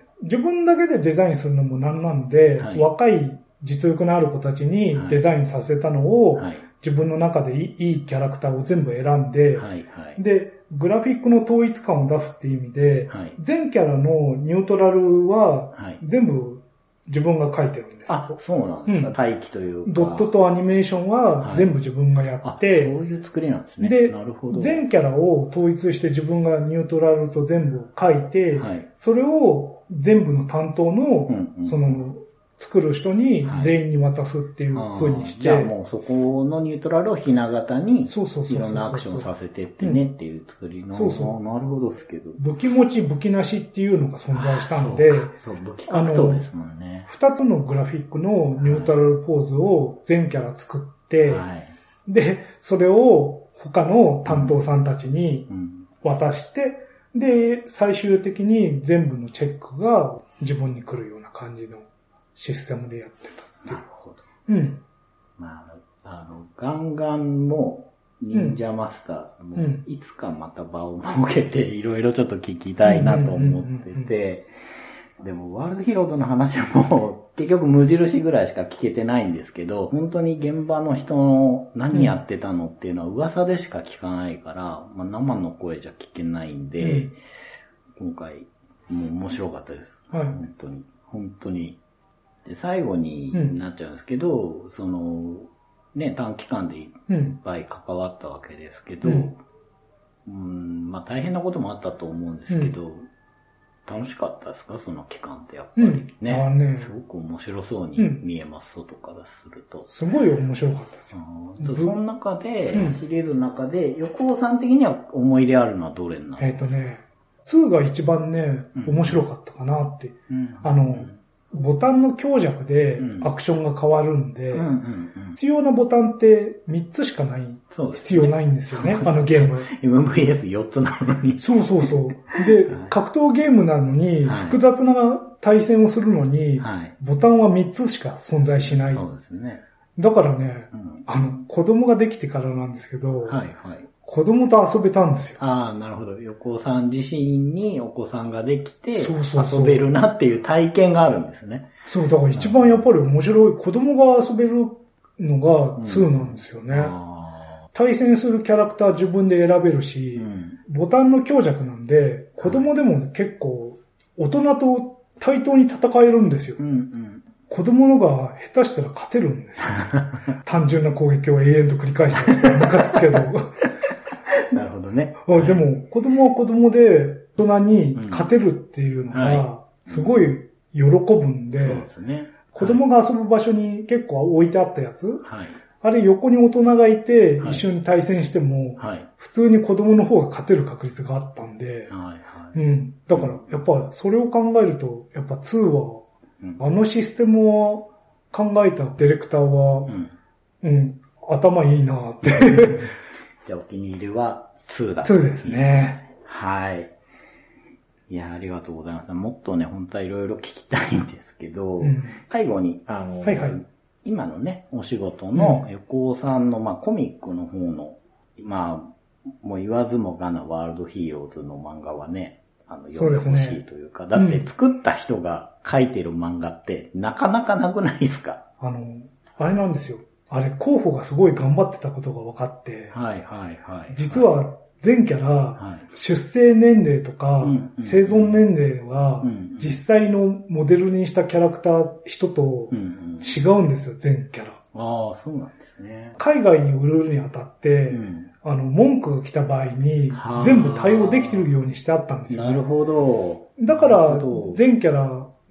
自分だけでデザインするのもなんなんで、若い実力のある子たちにデザインさせたのを、自分の中でいいキャラクターを全部選んで、で、グラフィックの統一感を出すっていう意味で、全キャラのニュートラルは全部自分が書いてるんです。 あ、そうなんですか。待機というか。 ドットとアニメーションは全部自分がやって、 はい、そういう作りなんですね。 で、 なるほど。 全キャラを統一して自分がニュートラルと全部書いて、はい、それを全部の担当の、うんうん、その、作る人に全員に渡すっていう風にして、 はい、じゃあもうそこのニュートラルをひな形にいろんなアクションさせてってねっていう作りの、そうそう、なるほどですけど。 武器持ち武器なしっていうのが存在したので、 そう、武器格闘ですもんね。 二つのグラフィックのニュートラルポーズを全キャラ作って、はい、で、それを他の担当さんたちに渡して、うんうん、で、最終的に全部のチェックが自分に来るような感じのシステムでやってた。 なるほど。 うん。 まあ、あの、ガンガンも忍者マスターも、うん、いつかまた場を設けていろいろちょっと聞きたいなと思ってて、でもワールドヒーローズの話も結局無印ぐらいしか聞けてないんですけど、本当に現場の人の何やってたのっていうのは噂でしか聞かないから、まあ、生の声じゃ聞けないんで、うん、今回もう面白かったです。はい、本当に。本当に。で、最後になっちゃうんですけど、うん、その、ね、短期間でいっぱい関わったわけですけど、うん、うんまあ大変なこともあったと思うんですけど、うん、楽しかったですかその期間ってやっぱりね、うんね。すごく面白そうに見えます、外からすると。 すごい面白かったですよ。 その中で、うん、シリーズの中で、横尾さん的には思い入れあるのはどれなの？ えっとね、にが一番ね、面白かったかなって。うん、あの、うんボタンの強弱でアクションが変わるんで、うんうんうんうん、必要なボタンってみっつしかない、ね、必要ないんですよね、あのゲーム。 エムブイエスよっつなのに。 そうそうそう。で、格闘ゲームなのに、はい、複雑な対戦をするのに、はい、ボタンはみっつしか存在しない。 そうですね。 だからね、うん、あの、子供ができてからなんですけど、 はいはい、 子供と遊べたんですよ。 ああ、なるほど。横尾さん自身にお子さんができて、遊べるなっていう体験があるんですね。 そう、だから一番やっぱり面白い、子供が遊べるのがになんですよね。うん、対戦するキャラクター自分で選べるし、うん、ボタンの強弱なんで、子供でも結構大人と対等に戦えるんですよ。うんうん子供のが下手したら勝てるんですよ。単純な攻撃を永遠と繰り返してムカつくけど。 なるほどね。 でも子供は子供で大人に勝てるっていうのがすごい喜ぶんで、うんはい、そうですね、子供が遊ぶ場所に結構置いてあったやつ、はい、あれ横に大人がいて一緒に対戦しても、はい、普通に子供の方が勝てる確率があったんで、はいはいうん、だからやっぱそれを考えるとやっぱにはあのシステムを考えたディレクターは、うん、うん、頭いいなって。 じゃあお気に入りはにだ。 にですね。 はい。いや、ありがとうございます。もっとね、本当はいろいろ聞きたいんですけど、うん、最後に、あの、はいはい、今のね、お仕事の横尾さんの、まあ、コミックの方の、まあ、もう言わずもがなワールドヒーローズの漫画はね、あの、読んでほしいというか、うね、だって作った人が書いてる漫画ってなかなかなくないですか？ あの、あれなんですよ。あれ、候補がすごい頑張ってたことが分かって、 はいはいはい。 実は全キャラ、はい、出生年齢とか、うんうん、生存年齢は、うんうん、実際のモデルにしたキャラクター、人と違うんですよ、全キャラ。 ああ、そうなんですね。 海外に売るにあたって、うん、あの、文句が来た場合に、全部対応できてるようにしてあったんですよ、ね。 なるほど。 だから、全キャラ、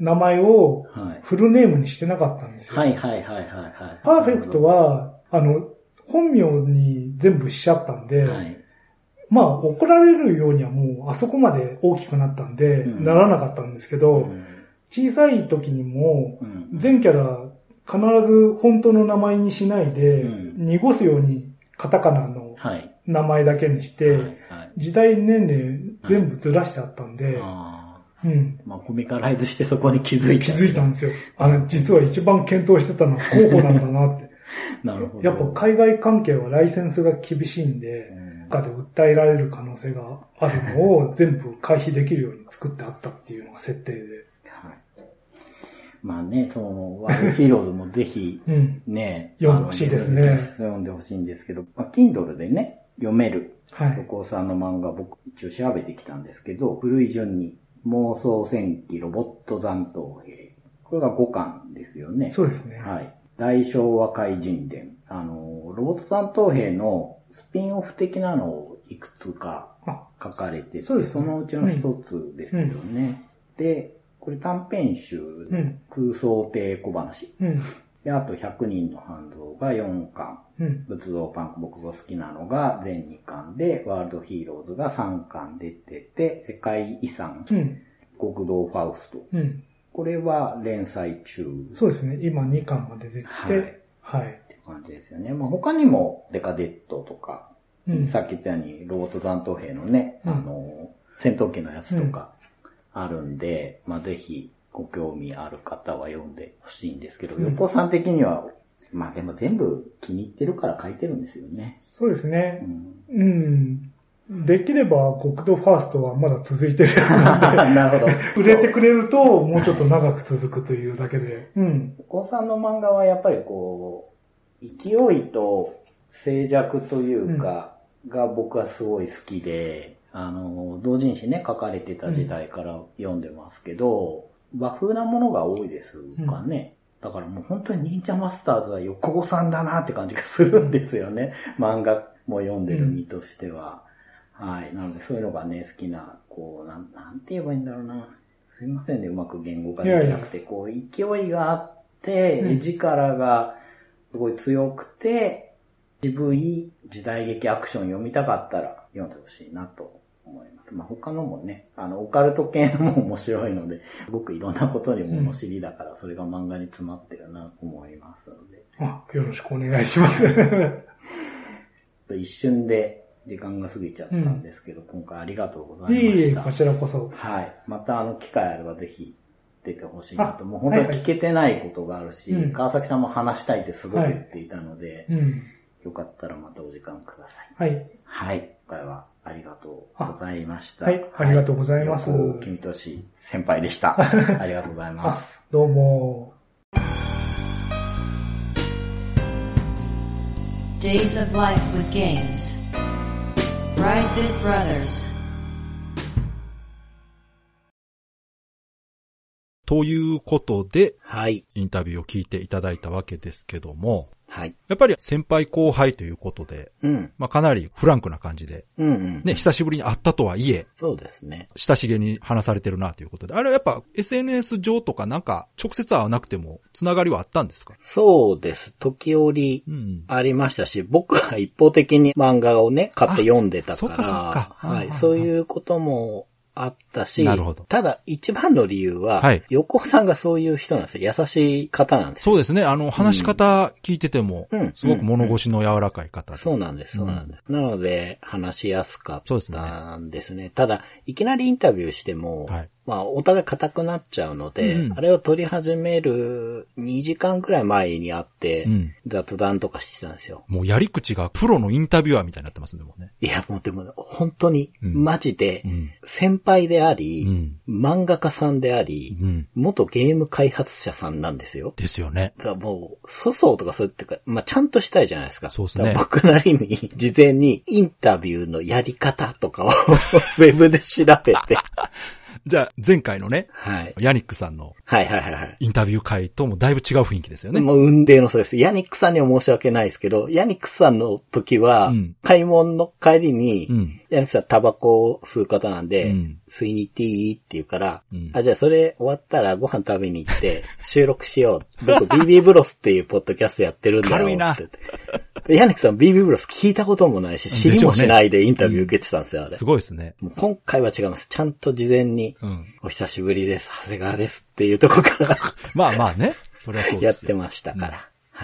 名前をフルネームにしてなかったんですよ。 はいはいはいはいはい。 パーフェクトは、あの、本名に全部しちゃったんで、はい、まあ怒られるようにはもうあそこまで大きくなったんで、うん、ならなかったんですけど、うん、小さい時にも、全キャラ必ず本当の名前にしないで、うん、濁すようにカタカナの名前だけにして、はいはいはい、時代年齢全部ずらしてあったんで、はい、うん。 まあコミカライズしてそこに気づいた。 気づいたんですよ。あの、実は一番検討してたのは候補なんだなって。 なるほど。 やっぱ海外関係はライセンスが厳しいんで、他で訴えられる可能性があるのを全部回避できるように作ってあったっていうのが設定で。 はい。まあね、その、ワールドヒーローズもぜひ、ね、 うん、読んでほしいですね。 読んでほしいんですけど、まあ、Kindle でね、読める、横尾さんの漫画、僕一応調べてきたんですけど、古い順に、妄想戦記ロボット残党兵。これがごかんですよね。 そうですね。 はい。大昭和怪人伝。あの、ロボット残党兵のスピンオフ的なのをいくつか書かれてて、そ, そのうちの一つですよね。うん、で、これ短編集、うん、空想亭小話、うん。で、あとひゃくにんの半蔵がよんかん。うん、仏像パンク僕が好きなのが全にかんで、ワールドヒーローズがさんかん出てて、世界遺産、うん、極道ファウスト。うん、これは連載中。 そうですね。今にかんまで出てて。はい。はい。 って感じですよね。まあ、他にもデカデッドとか、うん、さっき言ったようにロボット残党兵のね、うん、あの、戦闘機のやつとかあるんで、うん、まあぜひご興味ある方は読んでほしいんですけど、うん、横尾さん的には、まあでも全部気に入ってるから書いてるんですよね。 そうですね。うん。うん、できれば極道ファーストはまだ続いてるやつなんで。 なるほど。 売れてくれるともうちょっと長く続くというだけで。うん。 横尾さんの漫画はやっぱりこう、勢いと静寂というか、が僕はすごい好きで、あの、同人誌ね、書かれてた時代から読んでますけど、うん、和風なものが多いですかね。うん、だからもう本当に忍者マスターズは横尾さんだなって感じがするんですよね。漫画も読んでる身としては。うん、はい。なのでそういうのがね、好きな、こう、なん、なんて言えばいいんだろうな。すいませんね、うまく言語化できなくて、いやいやこう、勢いがあって、絵力がすごい強くて、渋い時代劇アクション読みたかったら読んでほしいなと思います。まあ、他のもね、あの、オカルト系のも面白いので、すごくいろんなことに物知りだから、それが漫画に詰まってるなと思いますので。 あ、よろしくお願いします。 一瞬で時間が過ぎちゃったんですけど、うん、今回ありがとうございました。いいえ、こちらこそ。 はい。またあの、機会あればぜひ出てほしいなと。もう本当に聞けてないことがあるし、はいはい、川崎さんも話したいってすごく言っていたので、はいうん、よかったらまたお時間ください。 はい。 はい。今回はありがとうございました。 はい。ありがとうございます。 横尾君とし先輩でした。ありがとうございます。 どうも。 Days of Life with Games Brightbit Brothers ということで、 はい。 インタビューを聞いていただいたわけですけども、 はい。 やっぱり先輩後輩ということで、うん。まあかなりフランクな感じで、うんうん。ね、久しぶりに会ったとはいえ、 そうですね。 親しげに話されてるなということで、あれはやっぱ エスエヌエス 上とかなんか直接会わなくてもつながりはあったんですか？ そうです。時折ありましたし、うん、僕は一方的に漫画をね、買って読んでたから、そっかそっか。はい。そういうことも、あったし、なるほど。ただ一番の理由は、はい、横尾さんがそういう人なんですよ。優しい方なんですよ。 そうですね。あの、話し方聞いてても、うん、すごく物腰の柔らかい方で、 うんうん、そうなんです、そうなんです。うん、なので、話しやすかったんですね。ただ、いきなりインタビューしても、はい、まあ、お互い硬くなっちゃうので、うん、あれを撮り始めるにじかんくらい前に会って、うん、雑談とかしてたんですよ。 もうやり口がプロのインタビュアーみたいになってますね、もうね。 いや、もうでも、本当に、マジで、先輩であり、うん、漫画家さんであり、うん、元ゲーム開発者さんなんですよ。 ですよね。 だからもう、粗相とかそうっていうか、まあ、ちゃんとしたいじゃないですか。 そうですね。 僕なりに、事前にインタビューのやり方とかを、ウェブで調べて、 じゃあ、前回のね、 はい。 ヤニックさんの、 はいはいはいはい。 インタビュー会ともだいぶ違う雰囲気ですよね。 もう運命のそうです。ヤニックさんには申し訳ないですけど、ヤニックさんの時は、うん、買い物の帰りに、うん、ヤニックさんタバコを吸う方なんで、うん、 吸いに行っていいって言うから、 うん、 あ、じゃあそれ終わったらご飯食べに行って収録しよう。僕 ビービー ブロスっていうポッドキャストやってるんだよ。 軽いな。 ヤネクさん ビービー ブロス聞いたこともないし、知りもしないでインタビュー受けてたんですよ、あれ。 すごいですね。 もう今回は違います。ちゃんと事前に、うん、お久しぶりです、長谷川ですっていうところからまあまあね。それはそうです。 やってましたから。うん、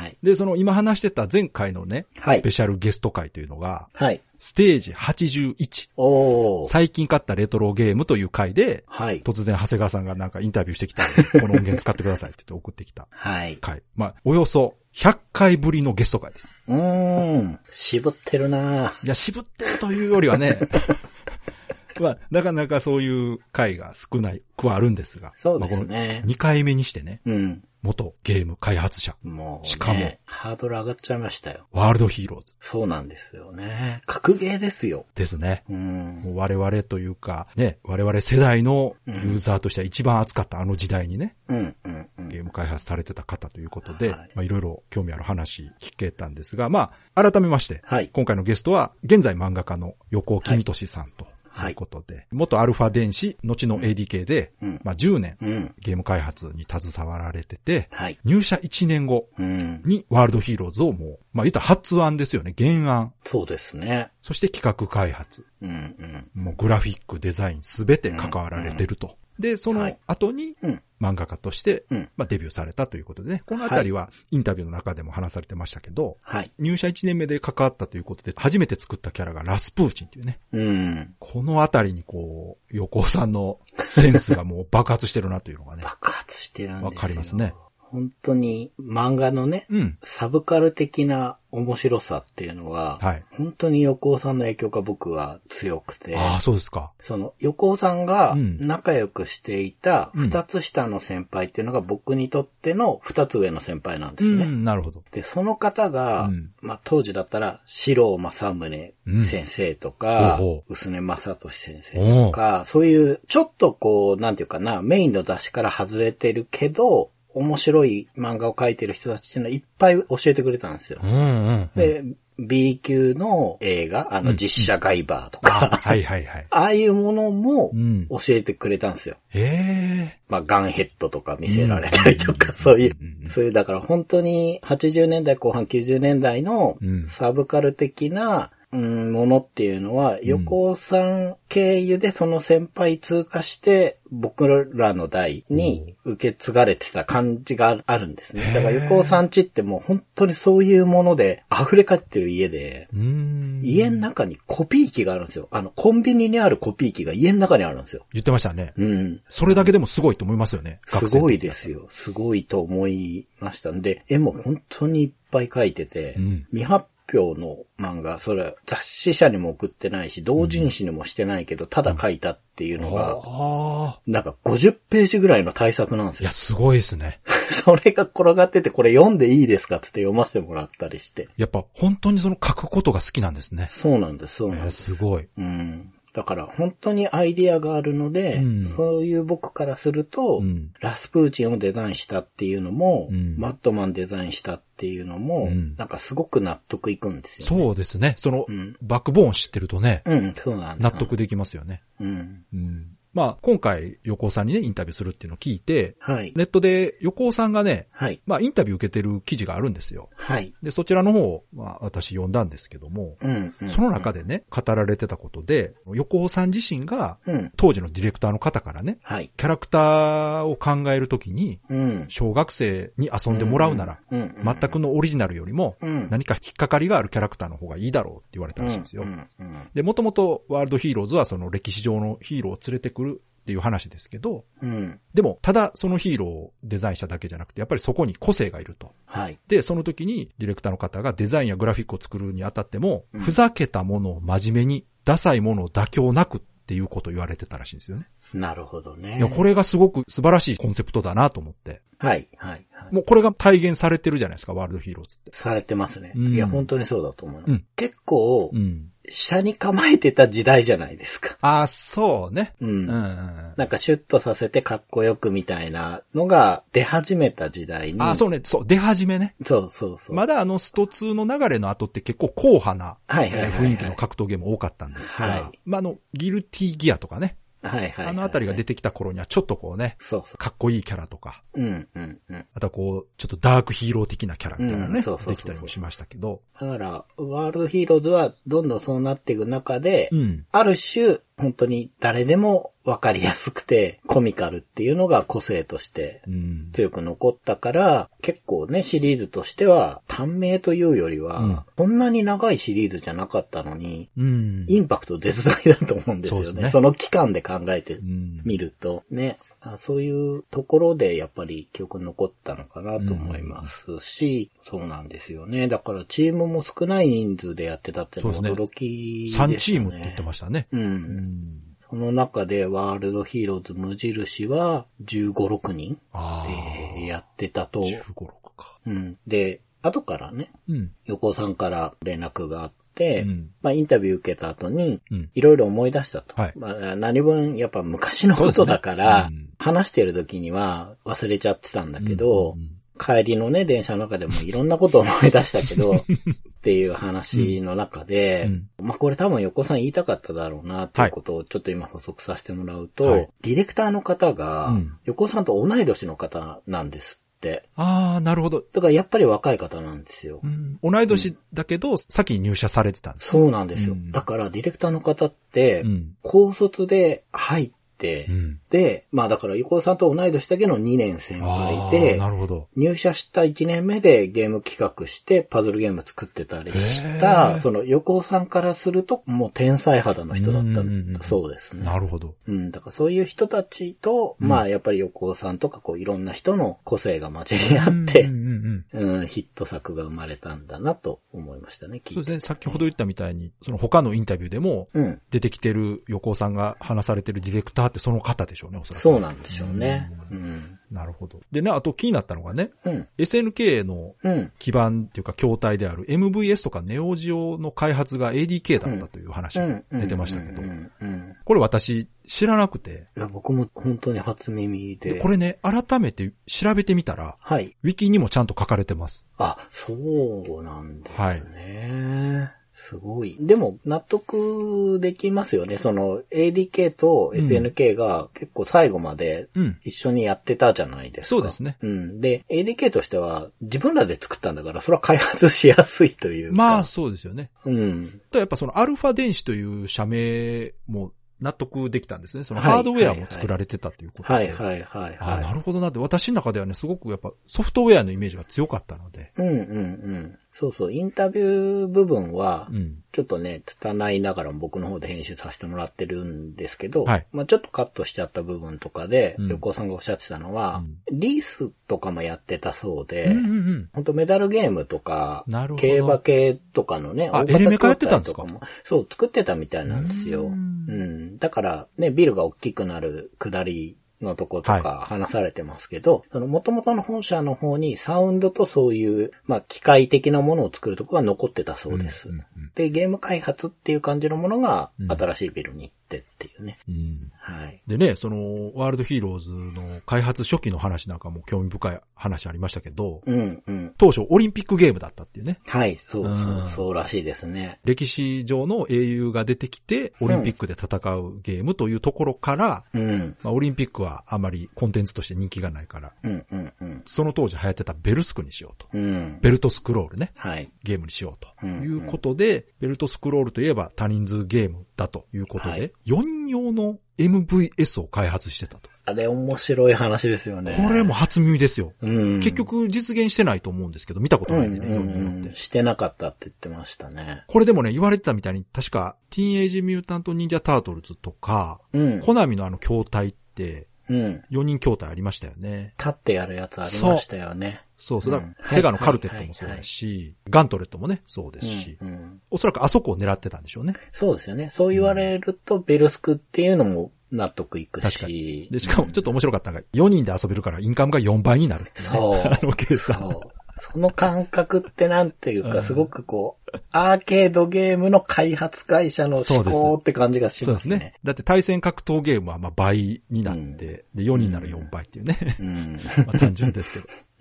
はい。 で、その今話してた前回のね、 はい、 スペシャルゲスト会というのが、 はい。 ステージはちじゅういち。 おー。 最近買ったレトロゲームという回で、 はい。 突然長谷川さんがなんかインタビューしてきたので、この音源使ってくださいって言って送ってきた。 はい。 回。まあ、およそひゃっかいぶりのゲスト回です。 うーん。渋ってるなぁ。 いや、渋ってるというよりはね、まあ、なかなかそういう回が少ないくはあるんですが。 そうですね。 まあ、にかいめにしてね。 うん。 元ゲーム開発者。 もう、ね、 しかも、 ハードル上がっちゃいましたよ。 ワールドヒーローズ。 そうなんですよね。格ゲーですよ。 ですね。 うん、 もう我々というか、ね、我々世代のユーザーとしては一番熱かったあの時代にね、 うんうんうん、 ゲーム開発されてた方ということで、はい、まあいろいろ興味ある話聞けたんですが、まあ改めまして、はい、今回のゲストは現在漫画家の横尾公俊さんと、はいということで、はい、元アルファ電子、後の エーディーケー で、うん、まあじゅうねん、うん、ゲーム開発に携わられてて、はい、入社いちねんごにワールドヒーローズをもう、まあ言ったら発案ですよね、原案。 そうですね。 そして企画開発。 うんうん、 もうグラフィック、デザインすべて関わられてると。うんうんで、その後に、漫画家として、 うんまあ、デビューされたということでね、このあたりはインタビューの中でも話されてましたけど、 はい、 入社いちねんめで関わったということで、初めて作ったキャラがラスプーチンっていうね。 うん、 このあたりにこう、横尾さんのセンスがもう爆発してるなというのがね。 爆発してるんですよ。 わかりますね。 本当に漫画のね、 うん、 サブカル的な面白さっていうのは、 はい、 本当に横尾さんの影響が僕は強くて、 ああ、そうですか。 その横尾さんが仲良くしていた二つ下の先輩っていうのが僕にとっての二つ上の先輩なんですね。 うん、なるほど。 で、その方が、うん、まあ当時だったら、四郎正宗先生とか、うん、薄根正俊先生とか、そういうちょっとこう、なんていうかな、メインの雑誌から外れてるけど、面白い漫画を描いてる人たちっていうのはいっぱい教えてくれたんですよ。 うんうんうん、 で、B 級の映画、あの実写ガイバーとか、 うん、はいはいはい。 ああいうものも教えてくれたんですよ。 へ、うん、えー。 まあガンヘッドとか見せられたりとか、うん、そういう、うん、そういうだから本当にはちじゅうねんだいこう半きゅうじゅうねんだいのサブカル的な、うん、ものっていうのは、横尾さん経由でその先輩通過して、僕らの代に受け継がれてた感じがあるんですね。だから横尾さん家ってもう本当にそういうもので溢れ返ってる家で、家の中にコピー機があるんですよ。あの、コンビニにあるコピー機が家の中にあるんですよ。 言ってましたね。 うん。 それだけでもすごいと思いますよね。 すごいですよ。すごいと思いましたんで、絵も本当にいっぱい描いてて、うん、未発表の漫画、それ雑誌社にも送ってないし、同人誌にもしてないけど、ただ書いたっていうのが、うん、なんかごじゅっページぐらいの大作なんですよ。 いや、すごいですね。 それが転がってて、これ読んでいいですかつって読ませてもらったりして。 やっぱ本当にその書くことが好きなんですね。 そうなんです、そうなんです。 すごい。 うん。だから本当にアイディアがあるので、うん、そういう僕からすると、うん、ラスプーチンをデザインしたっていうのも、うん、マットマンデザインしたっていうのも、うん、なんかすごく納得いくんですよね。 そうですね。その、うん、バックボーン知ってるとね、 うん、そうなんです。 納得できますよね。 うん。 うんまあ、今回、横尾さんにね、インタビューするっていうのを聞いて、 はい、 ネットで横尾さんがね、 はい、 まあ、インタビュー受けてる記事があるんですよ。 はい、 で、そちらの方を、まあ、私読んだんですけども、 うんうんうん、 その中でね、語られてたことで、横尾さん自身が、うん、当時のディレクターの方からね、 はい、 キャラクターを考えるときに、 うん、 小学生に遊んでもらうなら、うんうんうん、全くのオリジナルよりも、うん、何か引っかかりがあるキャラクターの方がいいだろうって言われたらしいんですよ。 うんうんうん、 で、もともとワールドヒーローズはその歴史上のヒーローを連れてくるっていう話ですけど、 うん、 でも、ただそのヒーローをデザインしただけじゃなくて、やっぱりそこに個性がいると。 はい。 で、その時にディレクターの方がデザインやグラフィックを作るにあたっても、うん、ふざけたものを真面目に、ダサいものを妥協なくっていうことを言われてたらしいんですよね。 なるほどね。 いや、これがすごく素晴らしいコンセプトだなと思って。 はい、はい、はい。 もうこれが体現されてるじゃないですか、ワールドヒーローズって。 されてますね。 うん、 いや、本当にそうだと思う。 うん、 結構、 うん下に構えてた時代じゃないですか。 ああ、そうね。 うん。うんうんうんうんなんかシュッとさせてかっこよくみたいなのが出始めた時代に。 ああ、そうね。そう、出始めね。 そうそうそう。 まだあのストツーの流れの後って結構硬派なはいはいはいはい雰囲気の格闘ゲーム多かったんですが、 はい、 まああの、ギルティギアとかね。 はいはいはい、はい。 あのあたりが出てきた頃にはちょっとこうね、 そうそう。 かっこいいキャラとか、 うんうんうん。 あとはこう、ちょっとダークヒーロー的なキャラみたいなね、 うん、そうそうそうそうできたりもしましたけど。 だから、ワールドヒーローズはどんどんそうなっていく中で、 うん、 ある種、本当に誰でもわかりやすくてコミカルっていうのが個性として強く残ったから、うん、結構ね、シリーズとしては短命というよりは、うん、そんなに長いシリーズじゃなかったのに、うん、インパクト絶大だと思うんですよね。 そ, ねその期間で考えてみると、うん、ね、そういうところでやっぱり記憶に残ったのかなと思いますし、うん、そうなんですよね。だからチームも少ない人数でやってたってのも驚きですね。 さんチームって言ってましたね。 うん。うん、その中でワールドヒーローズ無印はじゅうご、ろくにんでやってたと。 じゅうご、ろくか。 うん。で、後からね、うん、横さんから連絡があって、うん、まあインタビュー受けた後に、いろいろ思い出したと。はい、まあ何分やっぱ昔のことだから、ね、うん、話してる時には忘れちゃってたんだけど、うんうんうん、帰りのね、電車の中でもいろんなことを思い出したけど、っていう話の中で、うんうん、まあこれ多分横さん言いたかっただろうなっていうことをちょっと今補足させてもらうと、はい、ディレクターの方が、横さんと同い年の方なんですって。 ああ、なるほど。 だからやっぱり若い方なんですよ。 うん、同い年だけど、うん、先に入社されてたんです、 ね、そうなんですよ。うん、だからディレクターの方って、うん、高卒で入って、うん、で、まあだから横尾さんと同い年だけのにねん先輩で、 なるほど。 入社したいちねんめでゲーム企画してパズルゲーム作ってたりした、その横尾さんからするともう天才肌の人だったそうですね。 なるほど。 うん、だからそういう人たちと、うん、まあやっぱり横尾さんとかこういろんな人の個性が混じり合って、うんうんうんうん、ヒット作が生まれたんだなと思いましたね。 そうですね。先ほど言ったみたいに、その他のインタビューでも出てきてる横尾さんが話されてるディレクターってその方でしょうね、おそらく。 そうなんでしょうね。うん、 なるほど。でね、あと気になったのがね、うん、エスエヌケー の基盤っていうか筐体である エムブイエス とかネオジオの開発が エーディーケー だったという話が出てましたけど、これ私知らなくて。 いや、僕も本当に初耳で。 でこれね、改めて調べてみたら、はい。ウィキにもちゃんと書かれてます。 あ、そうなんですね。はい。すごい。でも、納得できますよね。その、エーディーケー と エスエヌケー が結構最後まで一緒にやってたじゃないですか。 そうですね。 うん。で、エーディーケー としては自分らで作ったんだから、それは開発しやすいというか。 まあ、そうですよね。 うん。 と、やっぱそのアルファ電子という社名も、納得できたんですね。そのハードウェアも作られてたということで。 はいはいはい、はい。 あ、なるほどなって、私の中ではね、すごくやっぱソフトウェアのイメージが強かったので。 うんうんうん。そうそう、インタビュー部分は、ちょっとね、拙いながらも僕の方で編集させてもらってるんですけど、はい、まあちょっとカットしちゃった部分とかで、うん、横尾さんがおっしゃってたのは、うん、リースとかもやってたそうで、うんうんうん、本当メダルゲームとか、競馬系とかのね、 あ、エレメカやってたんですか？ そう、作ってたみたいなんですよ。うん、うん。だからね、ビルが大きくなる下り、のとことか話されてますけど、はい、その元々の本社の方にサウンドとそういう、まあ機械的なものを作るところが残ってたそうです、うんうんうん。で、ゲーム開発っていう感じのものが新しいビルに行ってっていうね。うん、はい。 でね、その、ワールドヒーローズの開発初期の話なんかも興味深い話ありましたけど、うんうん、当初オリンピックゲームだったっていうね。 はい、そうそう、うん、そうらしいですね。 歴史上の英雄が出てきて、オリンピックで戦うゲームというところから、うん、まあ、オリンピックはあまりコンテンツとして人気がないから、うんうんうん、その当時流行ってたベルスクにしようと。うん、ベルトスクロールね、はい。ゲームにしようということで、うんうん、ベルトスクロールといえば多人数ゲームだということで、はい、よん用の エムブイエス を開発してたと。 あれ面白い話ですよね。 これも初耳ですよ。うん、結局実現してないと思うんですけど、見たことないんでね、うんうんうん、してなかったって言ってましたね。 これでもね、言われてたみたいに、確か、ティーンエイジミュータントニンジャタートルズとか、うん、コナミのあの筐体って、うん、よにん筐体ありましたよね。 立ってやるやつありましたよね。 そうそう。だから、セガのカルテットもそうだし、はいはいはいはい、ガントレットもね、そうですし、うんうん、おそらくあそこを狙ってたんでしょうね。 そうですよね。そう言われると、ベルスクっていうのも納得いくし。 確かに。で、しかもちょっと面白かったのが、よにんで遊べるからインカムがよんばいになるっていう、ね。そう。あの計算。そう。 その感覚ってなんていうか、すごくこう、アーケードゲームの開発会社の思考って感じがしますね。そうですね。 だって対戦格闘ゲームはまあ倍になって、うん、でよにんならよんばいっていうね。うん、まあ単純ですけど。 うん、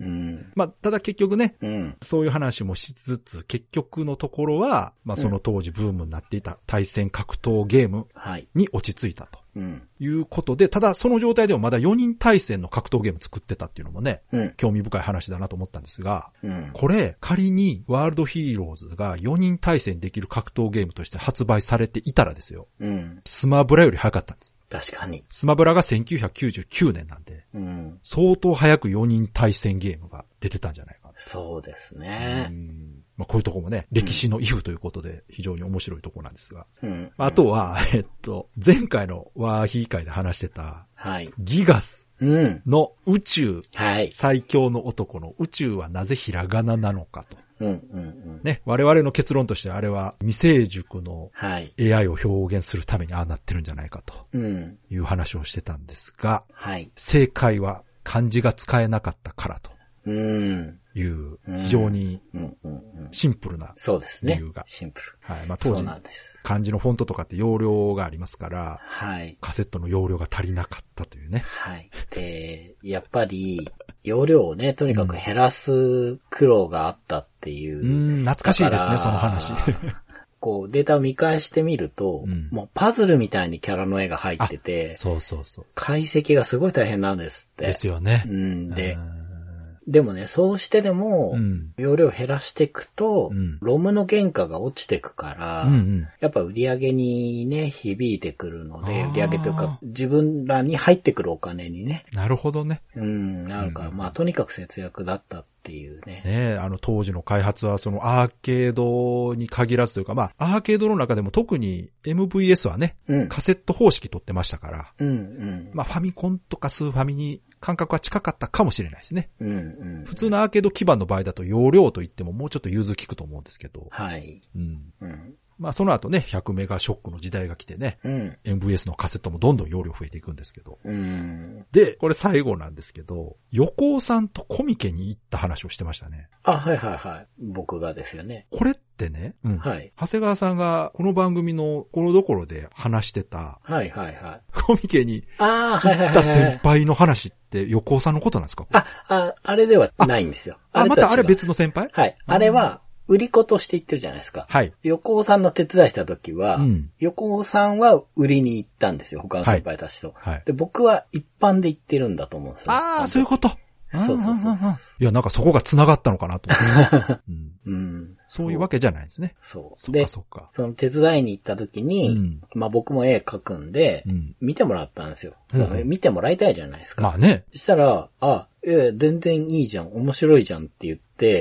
まあ、ただ結局ね、 うん、 そういう話もしつつ、結局のところは、まあ、その当時ブームになっていた対戦格闘ゲームに落ち着いたと。うん、いうことで、ただその状態でもまだよにん対戦の格闘ゲーム作ってたっていうのもね、うん、興味深い話だなと思ったんですが、うん、これ仮にワールドヒーローズがよにん対戦できる格闘ゲームとして発売されていたらですよ、うん、スマブラより早かったんです。 確かに。 スマブラがせんきゅうひゃくきゅうじゅうきゅうねんなんで、うん、相当早くよにん対戦ゲームが出てたんじゃないかな。 そうですね。 うんまあ、こういうとこもね、歴史のイフということで非常に面白いところなんですが。うんまあ、あとは、えっと、前回のワーヒー会で話してた、はい、ギガスの宇宙、はい、最強の男の宇宙はなぜひらがななのかと。うんうんうん、ね、我々の結論としてあれは未成熟の エーアイ を表現するためにああなってるんじゃないかという話をしてたんですが、はい、正解は漢字が使えなかったからという非常にシンプルな理由が。 シンプル。 はい。まあ当時漢字のフォントとかって容量がありますから、はい、カセットの容量が足りなかったというね。 はい。で、やっぱり容量をね、とにかく減らす苦労があったっていう。 うん、懐かしいですね、その話。 こうデータを見返してみると、うん、もうパズルみたいにキャラの絵が入ってて、 そうそうそう。 解析がすごい大変なんですって。 ですよね。 うん、で、でもね、そうしてでも、うん、容量を減らしていくと、うん、ロムの原価が落ちていくから、うんうん、やっぱ売り上げにね、響いてくるので、売り上げというか、自分らに入ってくるお金にね。 なるほどね。 うん、なるから、うん、まあ、とにかく節約だったっていうね。 ねえ、あの当時の開発はそのアーケードに限らずというか、まあ、アーケードの中でも特に エムブイエス はね、うん、カセット方式取ってましたから、うんうん、まあ、ファミコンとかスーファミに感覚は近かったかもしれないですね。うんうん、普通のアーケード基板の場合だと容量といってももうちょっと融通きくと思うんですけど。はい。うんうん、まあその後ね、ひゃくメガショックの時代が来てね、うん、エムブイエス のカセットもどんどん容量増えていくんですけど。うん、で、これ最後なんですけど、横尾さんとコミケに行った話をしてましたね。 あ、はいはいはい。僕がですよね。 これってね、うん、はい。長谷川さんがこの番組のところどころで話してた、 はいはいはい。 コミケに行った先輩の話って横尾さんのことなんですか？ あ、あ、あれではないんですよ。 あ、あまたあれ別の先輩？ はい。あれは、売り子として言ってるじゃないですか。はい。横尾さんの手伝いした時は、うん、横尾さんは売りに行ったんですよ。他の先輩たちと。はい。はい、で、僕は一般で行ってるんだと思うんですよ。 ああ、そういうこと。 そうそうそう。 いや、なんかそこが繋がったのかなと思って、うんうん。そういうわけじゃないですね。 そう。 そっかそっか。 その手伝いに行った時に、うん、まあ僕も絵描くんで、うん、見てもらったんですよ、うん。見てもらいたいじゃないですか。 まあね。 そしたら、あ、え、全然いいじゃん、面白いじゃんって言って、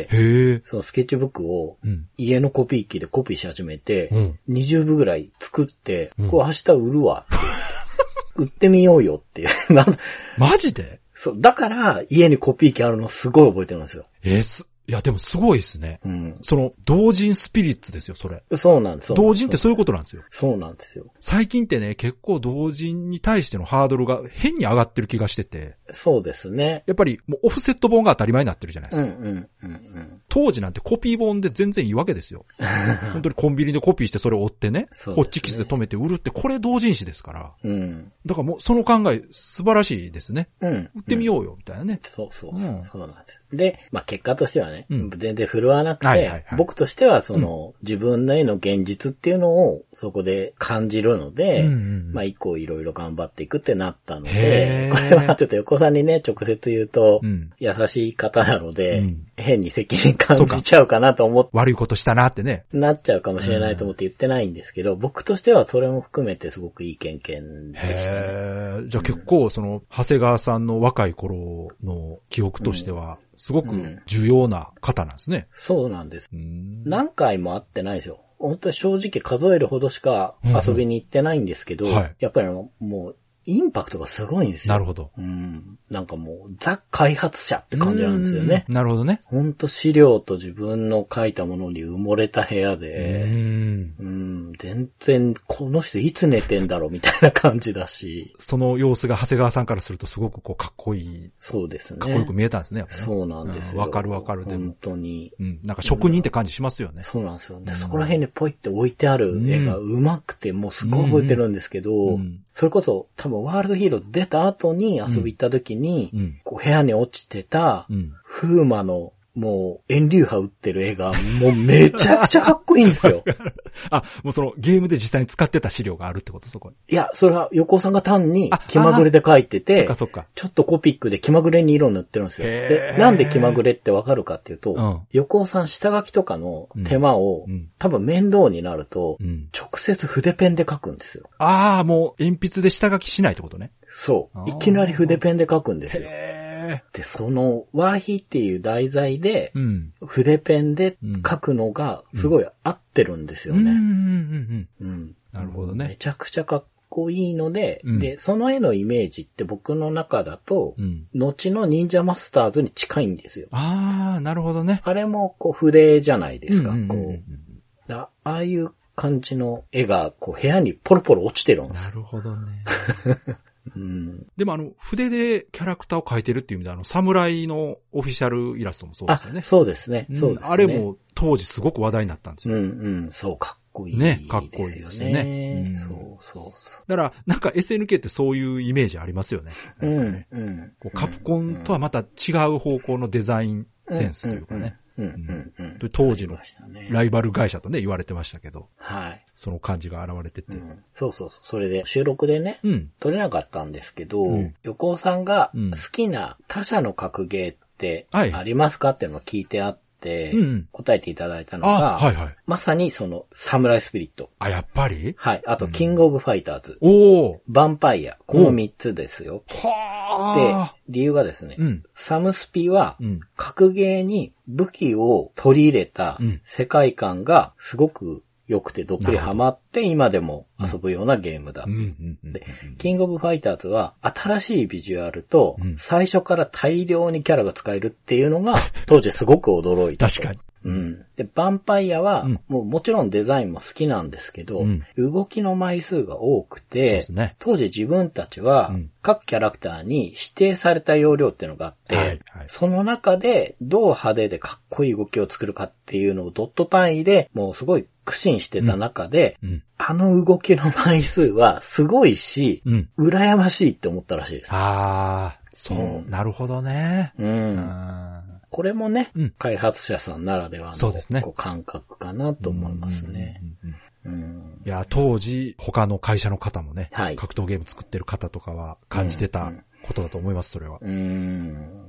へそのスケッチブックを家のコピー機でコピーし始めて、うん、にじゅうぶぐらい作って、うん、これ明日売るわって売ってみようよっていう。 マジで？ そう。だから、家にコピー機あるのすごい覚えてるんですよ。 えー、す、いや、でもすごいですね。うん。その、同人スピリッツですよ、それ。 そうなんです。 同人ってそういうことなんですよ。 そうなんですよ。 最近ってね、結構同人に対してのハードルが変に上がってる気がしてて。 そうですね。 やっぱり、もうオフセット本が当たり前になってるじゃないですか。うんうんうんうん。当時なんてコピー本で全然いいわけですよ。本当にコンビニでコピーしてそれを追ってね、ホッチキスで止めて売るって、これ同人誌ですから。うん。だからもう、その考え、素晴らしいですね。うん。売ってみようよ、みたいなね。 そうそうそう。うん、そうなんです。で、まあ結果としてはね、うん、全然振るわなくて、はいはいはい、僕としてはその、うん、自分なりの現実っていうのをそこで感じるので、うんうん、まあ以降いろいろ頑張っていくってなったので、これはちょっと横さんにね、直接言うと、うん、優しい方なので、うん、変に責任感じちゃうかなと思って。 悪いことしたなってね。 なっちゃうかもしれないと思って言ってないんですけど、うん、僕としてはそれも含めてすごくいい経験でしたね。 へー。じゃあ結構その、長谷川さんの若い頃の記憶としては、すごく重要な方なんですね。うん、 そうなんです。何回も会ってないですよ。本当に正直数えるほどしか遊びに行ってないんですけど、うんうんはい、やっぱりもう、インパクトがすごいんですよ。 なるほど。 うん。なんかもう、ザ開発者って感じなんですよね。 なるほどね。 ほんと資料と自分の書いたものに埋もれた部屋で、うん。うん。全然、この人いつ寝てんだろうみたいな感じだし。 その様子が長谷川さんからするとすごくこう、かっこいい。 そうですね。 かっこよく見えたんですね。やっぱねそうなんですよ。 わ、うん、かるわかるでも。 本当に。 うん。なんか職人って感じしますよね。 うん、そうなんですよ。で、そこら辺にポイって置いてある絵が上手くて、もうすごい覚えてるんですけど、うんうん、それこそ多分ワールドヒーロー出た後に遊び行った時に、うん、こう部屋に落ちてた風磨のもう、遠流波打ってる絵が、もうめちゃくちゃかっこいいんですよ。 あ、もうそのゲームで実際に使ってた資料があるってことそこに。 いや、それは横尾さんが単に気まぐれで描いてて、 そっかそっか。 ちょっとコピックで気まぐれに色塗ってるんですよ。で、なんで気まぐれってわかるかっていうと、うん、横尾さん下書きとかの手間を、うん、多分面倒になると、うん、直接筆ペンで描くんですよ。 ああ、もう鉛筆で下書きしないってことね。 そう。いきなり筆ペンで描くんですよ。で、その、ワーヒっていう題材で、うん、筆ペンで書くのがすごい合ってるんですよね。 なるほどね。 めちゃくちゃかっこいいので、うん、で、その絵のイメージって僕の中だと、うん、後の忍者マスターズに近いんですよ。 ああ、なるほどね。 あれもこう筆じゃないですか。ああいう感じの絵がこう部屋にポロポロ落ちてるんですよ。 なるほどね。 うん、 でもあの、筆でキャラクターを描いてるっていう意味であの、侍のオフィシャルイラストもそうですよね。 そうですね。そうですね。 あれも当時すごく話題になったんですよ。 うんうん。そう、かっこいいですよね。 ね、かっこいいですよね。 うん、そうそうそう。 だから、なんか エスエヌケー ってそういうイメージありますよね。 うん、うん。 こうカプコンとはまた違う方向のデザインセンスというかね。うんうんうん、当時のライバル会社とね言われてましたけど、 はい、 その感じが現れてて、 うん、そうそうそう、それで収録でね、うん、撮れなかったんですけど、うん、横尾さんが好きな他社の格ゲーってありますかっていうのを聞いてあって、うん、答えていただいたのが、 はいはい、 まさにそのサムライスピリット。 あ、やっぱり？ はい。あと、キングオブファイターズ。 うん、おー。 ヴァンパイア。このみっつですよ。 はで、理由がですね、うん、サムスピは、格ゲーに武器を取り入れた世界観がすごく良くてどっぷりハマって今でも遊ぶようなゲームだ。で、キングオブファイターズは新しいビジュアルと最初から大量にキャラが使えるっていうのが当時すごく驚いた。 確かに。 うん。で、ヴァンパイアは、うん、もうもちろんデザインも好きなんですけど、うん、動きの枚数が多くて、ね、当時自分たちは、うん、各キャラクターに指定された容量っていうのがあって、はいはい、その中でどう派手でかっこいい動きを作るかっていうのをドット単位でもうすごい苦心してた中で、うんうん、あの動きの枚数はすごいし、うん、羨ましいって思ったらしいです。 ああ、そう、うん、なるほどね。 うん。これもね、うん、開発者さんならではのそうですね、こう感覚かなと思いますね。 いや、当時、他の会社の方もね、はい、格闘ゲーム作ってる方とかは感じてたことだと思います、それは。 うん、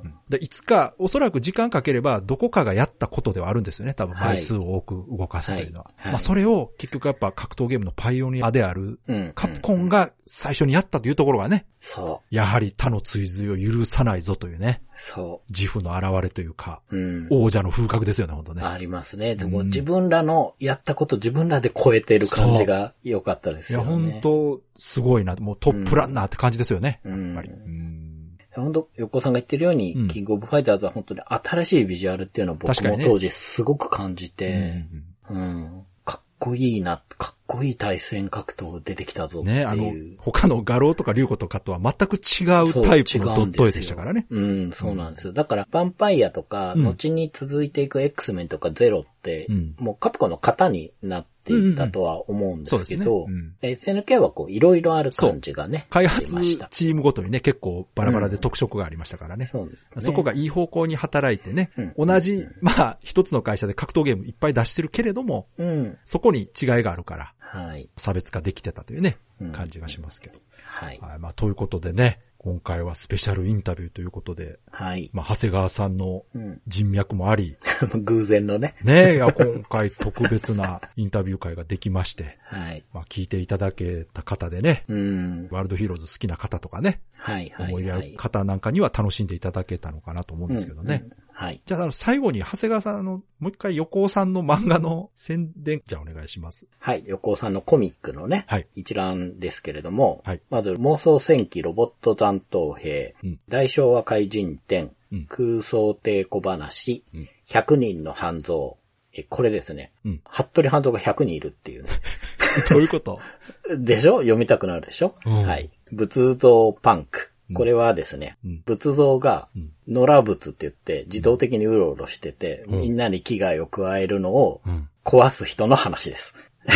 でいつか、おそらく時間かければ、どこかがやったことではあるんですよね。多分、枚数を多く動かすというのは。はいはい、まあ、それを、結局やっぱ格闘ゲームのパイオニアである、カプコンが最初にやったというところがね、 そう。 やはり他の追随を許さないぞというね。 そう。 自負の表れというか、うん、王者の風格ですよね、本当ね。 ありますね。でも自分らのやったこと自分らで超えてる感じが良かったですよね。 いや、本当すごいな。もうトップランナーって感じですよね。うん、やっぱり。 うん本当、横尾さんが言ってるように、うん、キングオブファイターズは本当に新しいビジュアルっていうのを僕も当時すごく感じて、ねうんうん、かっこいいな、かっこいい対戦格闘出てきたぞっていう。ね、あの、 他の画廊とか竜子とかとは全く違うタイプのドット絵でしたからね。 ううん、そうなんですよ。だから、ヴァンパイアとか、うん、後に続いていく X メンとかゼロって、うん、もうカプコンの型になっていったとは思うんですけど、うんうんねうん、エスエヌケー はこう、いろいろある感じがね。 開発チームごとにね、結構バラバラで特色がありましたからね。うん、そうですね。そこがいい方向に働いてね、うん、同じ、うん、まあ、一つの会社で格闘ゲームいっぱい出してるけれども、うん、そこに違いがあるから、はい、差別化できてたというね、うん、感じがしますけど。 はい。 はい、まあ、ということでね、今回はスペシャルインタビューということで、 はい。 まあ、長谷川さんの人脈もあり、 うん、偶然のね。 ねえ、いや、今回特別なインタビュー会ができまして、 はい。 まあ、聞いていただけた方でね、 うん。 ワールドヒーローズ好きな方とかね、 はい、はい。 思い入れある方なんかには楽しんでいただけたのかなと思うんですけどね。 うんうんはい。 じゃあ、あの、最後に、長谷川さん、あの、もう一回、横尾さんの漫画の宣伝、じゃあお願いします。 はい。横尾さんのコミックのね、 はい。 一覧ですけれども、 はい。 まず、妄想戦記ロボット残党兵、うん、大昭和怪人伝、うん、空想帝小話、うん、ひゃくにんの半蔵、え、これですね、うん。服部半蔵がひゃくにんいるっていうね。 どういうことでしょ読みたくなるでしょ、うん、はい。仏像パンク。これはですね、うん、仏像が、野良仏って言って自動的にうろうろしてて、うん、みんなに危害を加えるのを壊す人の話です。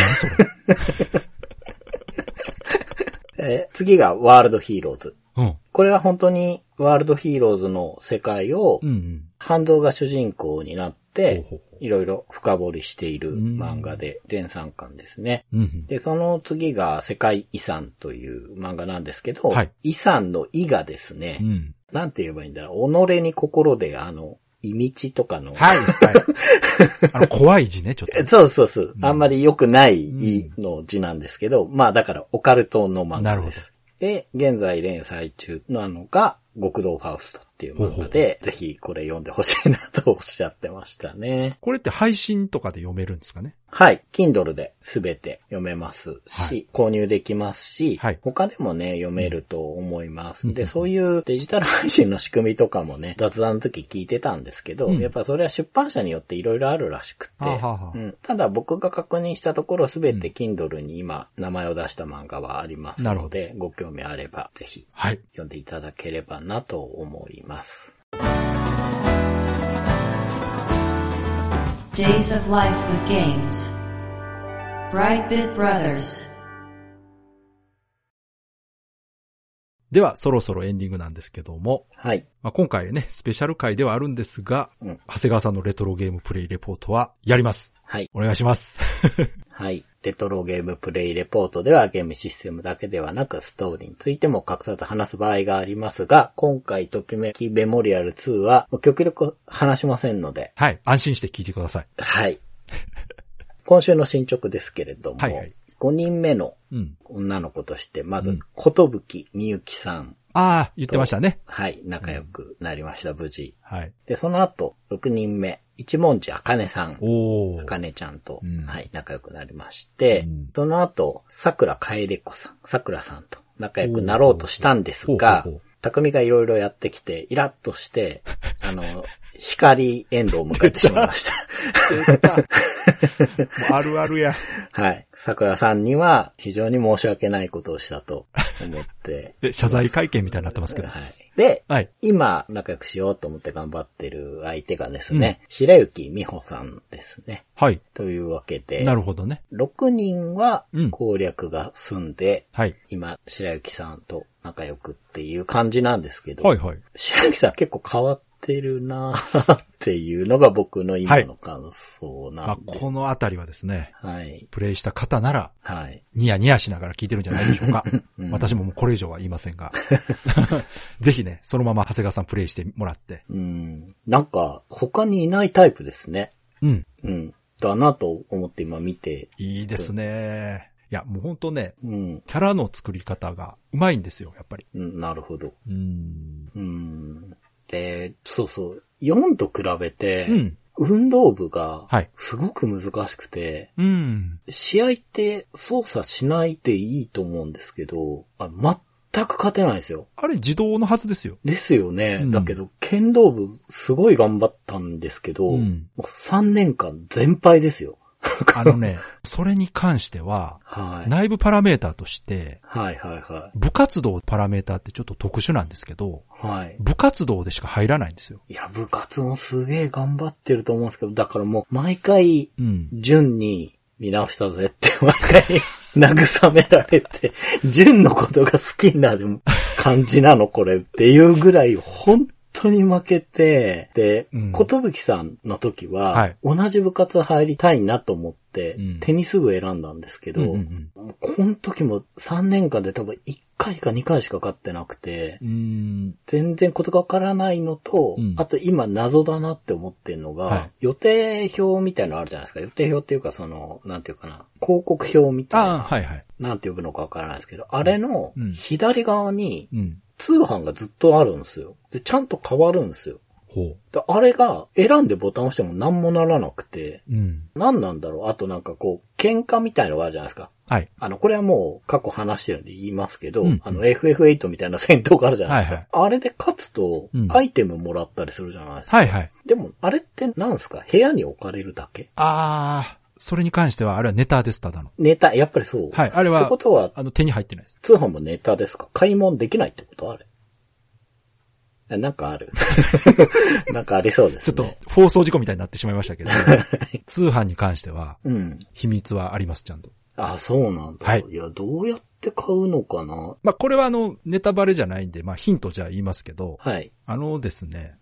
え次がワールドヒーローズ、 うん。 これは本当にワールドヒーローズの世界を半蔵が主人公になって、いろいろ深掘りしている漫画で、全さんかんですね。で、その次が世界遺産という漫画なんですけど、はい、遺産の遺がですね、うん、なんて言えばいいんだろう、己に心であの、意味地とかの。 はい、はい。あの、怖い字ね、ちょっと。 そうそうそう。うん、あんまり良くない意の字なんですけど、うん、まあだからオカルトの漫画です。なるほど。で、現在連載中なのが、極道ファウストっていう漫画で、ぜひこれ読んでほしいなとおっしゃってましたね。 これって配信とかで読めるんですかね？ はい。Kindle で全て読めますし、はい、購入できますし、はい、他でもね、読めると思います。うん、で、そういうデジタル配信の仕組みとかもね、雑談の時聞いてたんですけど、うん、やっぱそれは出版社によっていろいろあるらしくて、はははうん、ただ僕が確認したところ全て Kindle に今名前を出した漫画はありますので、ご興味あればぜひ読んでいただければなと思います。 Days of Life with Games Brightbit Brothers ではそろそろエンディングなんですけども、 はい。 まあ、今回ね、スペシャル回ではあるんですが、うん、長谷川さんのレトロゲームプレイレポートはやります。 はい。 お願いします。 はい。レトロゲームプレイレポートではゲームシステムだけではなくストーリーについても隠さず話す場合がありますが、今回ときめきメモリアルツーは極力話しませんので。 はい。安心して聞いてください。 はい。今週の進捗ですけれども、はいはい、ごにんめの女の子として、まず、ことぶきみゆきさん。 ああ、言ってましたね。 はい。仲良くなりました、無事。 はい。 で、その後、ろくにんめ。一文字あかねさん。おー。あかねちゃんと、うん、はい、仲良くなりまして、うん、その後、桜かえれこさん、桜さんと仲良くなろうとしたんですが、匠がいろいろやってきて、イラッとして、あの、光エンドを迎えてしまいました。 出た。もうあるあるや。 はい。桜さんには非常に申し訳ないことをしたと思って。 で、謝罪会見みたいになってますけど。 はい。で、はい、今仲良くしようと思って頑張ってる相手がですね、うん、白雪美穂さんですね。 はい。 というわけで、 なるほどね。 ろくにんは攻略が済んで、うん、はい。今、白雪さんと仲良くっていう感じなんですけど、はいはい。白雪さん結構変わってるなーっていうのが僕の今の感想なんで、 はい、まあ、このあたりはですね、 はい。 プレイした方なら、 はい。 ニヤニヤしながら聞いてるんじゃないでしょうか。うん、私ももうこれ以上は言いませんが。ぜひね、そのまま長谷川さんプレイしてもらって。 うん。なんか、他にいないタイプですね。 うん。 うん。だなと思って今見て。 いいですね。いや、もうほんとね、うん、キャラの作り方がうまいんですよ、やっぱり。 うん、なるほど。 うん。 うん。で、そうそう。よんと比べて、うん、運動部が、すごく難しくて、 はい、うん、 試合って操作しないでいいと思うんですけど、あ全く勝てないですよ。 あれ自動のはずですよ。 ですよね。うん、だけど、剣道部すごい頑張ったんですけど、うん、もうさんねんかん全敗ですよ。 あのね、それに関しては、はい、内部パラメーターとして、 はいはいはい、 部活動パラメーターってちょっと特殊なんですけど、 はい、 部活動でしか入らないんですよ。 いや、部活もすげえ頑張ってると思うんですけど、だからもう毎回、順に見直したぜって毎回慰められて、順のことが好きになる感じなのこれっていうぐらい、本当に負けて、で、ことぶきさんの時は、はい、同じ部活入りたいなと思って、うん、テニス部選んだんですけど、うんうんうん、この時もさんねんかんで多分いっかいかにかいしか勝ってなくて、 うん、 全然ことがわからないのと、うん、あと今謎だなって思ってるのが、はい、予定表みたいなのあるじゃないですか。予定表っていうかその、なんていうかな、広告表みたいな。 あ、はいはい、 なんて呼ぶのかわからないですけど、あれの左側に、うん通販がずっとあるんですよ。で、ちゃんと変わるんですよ。 ほう。 で、あれが選んでボタンを押しても何もならなくて、 うん。 何なんだろう。あとなんかこう、喧嘩みたいのがあるじゃないですか。 はい。 あの、これはもう過去話してるんで言いますけど、うん、あの エフエフエイト みたいな戦闘があるじゃないですか。はいはい、あれで勝つと、アイテムもらったりするじゃないですか。 はいはい。 でも、あれって何ですか？部屋に置かれるだけ？ あー。それに関しては、あれはネタです、ただの。 ネタ、やっぱりそう。 はい。あれは、 ってことは、 あの、手に入ってないです。 通販もネタですか？買い物できないってことあれ？なんかある。なんかありそうですね。 ちょっと放送事故みたいになってしまいましたけど、通販に関しては、秘密はあります、ちゃんと。 あ、そうなんだ。はい。いや、どうやって買うのかな。 まあ、これはあの、ネタバレじゃないんで、まあ、ヒントじゃ言いますけど、 はい。 あのですね、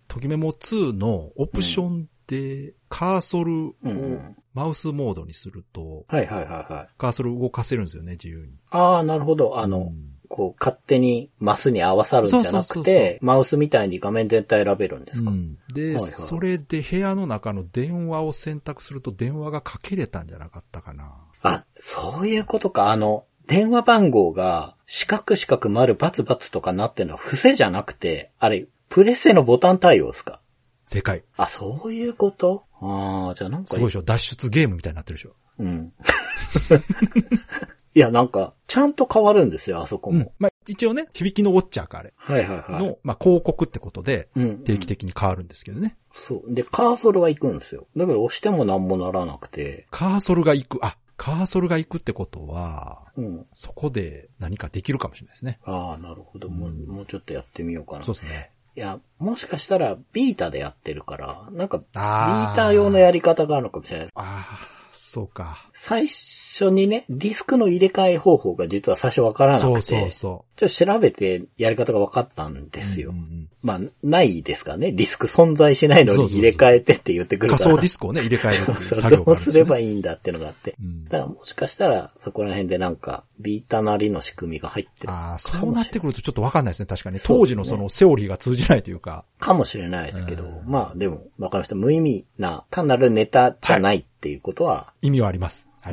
ときメモツーのオプションで、カーソルをマウスモードにすると、 はいはいはいはい。 カーソル動かせるんですよね、自由に。 ああ、なるほど。あの、うん、こう、勝手にマスに合わさるんじゃなくて、そうそうそうそう、マウスみたいに画面全体選べるんですか？うん、 で、はいはい、それで部屋の中の電話を選択すると電話がかけれたんじゃなかったかな。 あ、そういうことか。あの、電話番号が四角四角丸バツバツとかなってるのは伏せじゃなくて、あれ、プレステのボタン対応ですか？ 正解。 あ、そういうこと？ああ、じゃあなんか。 すごいでしょ？脱出ゲームみたいになってるでしょ？ うん。いや、なんか、ちゃんと変わるんですよ、あそこも。うん、 まあ、一応ね、響きのウォッチャーかあれ。 はいはいはい。 の、まあ、広告ってことで、定期的に変わるんですけどね。 うんうん、そう。で、カーソルは行くんですよ。だけど押しても何もならなくて。 カーソルが行く。あ、カーソルが行くってことは、うん、そこで何かできるかもしれないですね。 ああ、なるほど。もう、うん、もうちょっとやってみようかな。 そうですね。 いや、もしかしたらビータでやってるから、なんか、ビータ用のやり方があるのかもしれないです。 ああ、そうか。 最初にね、ディスクの入れ替え方法が実は最初わからなくて、そうそうそう。ちょっと調べてやり方が分かったんですよ。うんうんうん、まあ、ないですからね。ディスク存在しないのに入れ替えてって言ってくるから。 そうそうそう、仮想ディスクをね、入れ替えるっていう作業があるんですよね。 どうすればいいんだっていうのがあって。うん、だからもしかしたら、そこら辺でなんか、ビータなりの仕組みが入ってる。 ああ、そうなってくるとちょっとわかんないですね、確かに。当時のそのセオリーが通じないというか。 かもしれないですけど、うん、まあでも、わかりました。無意味な、単なるネタじゃないっていうことは。 はい、意味はあります。はい、 うん。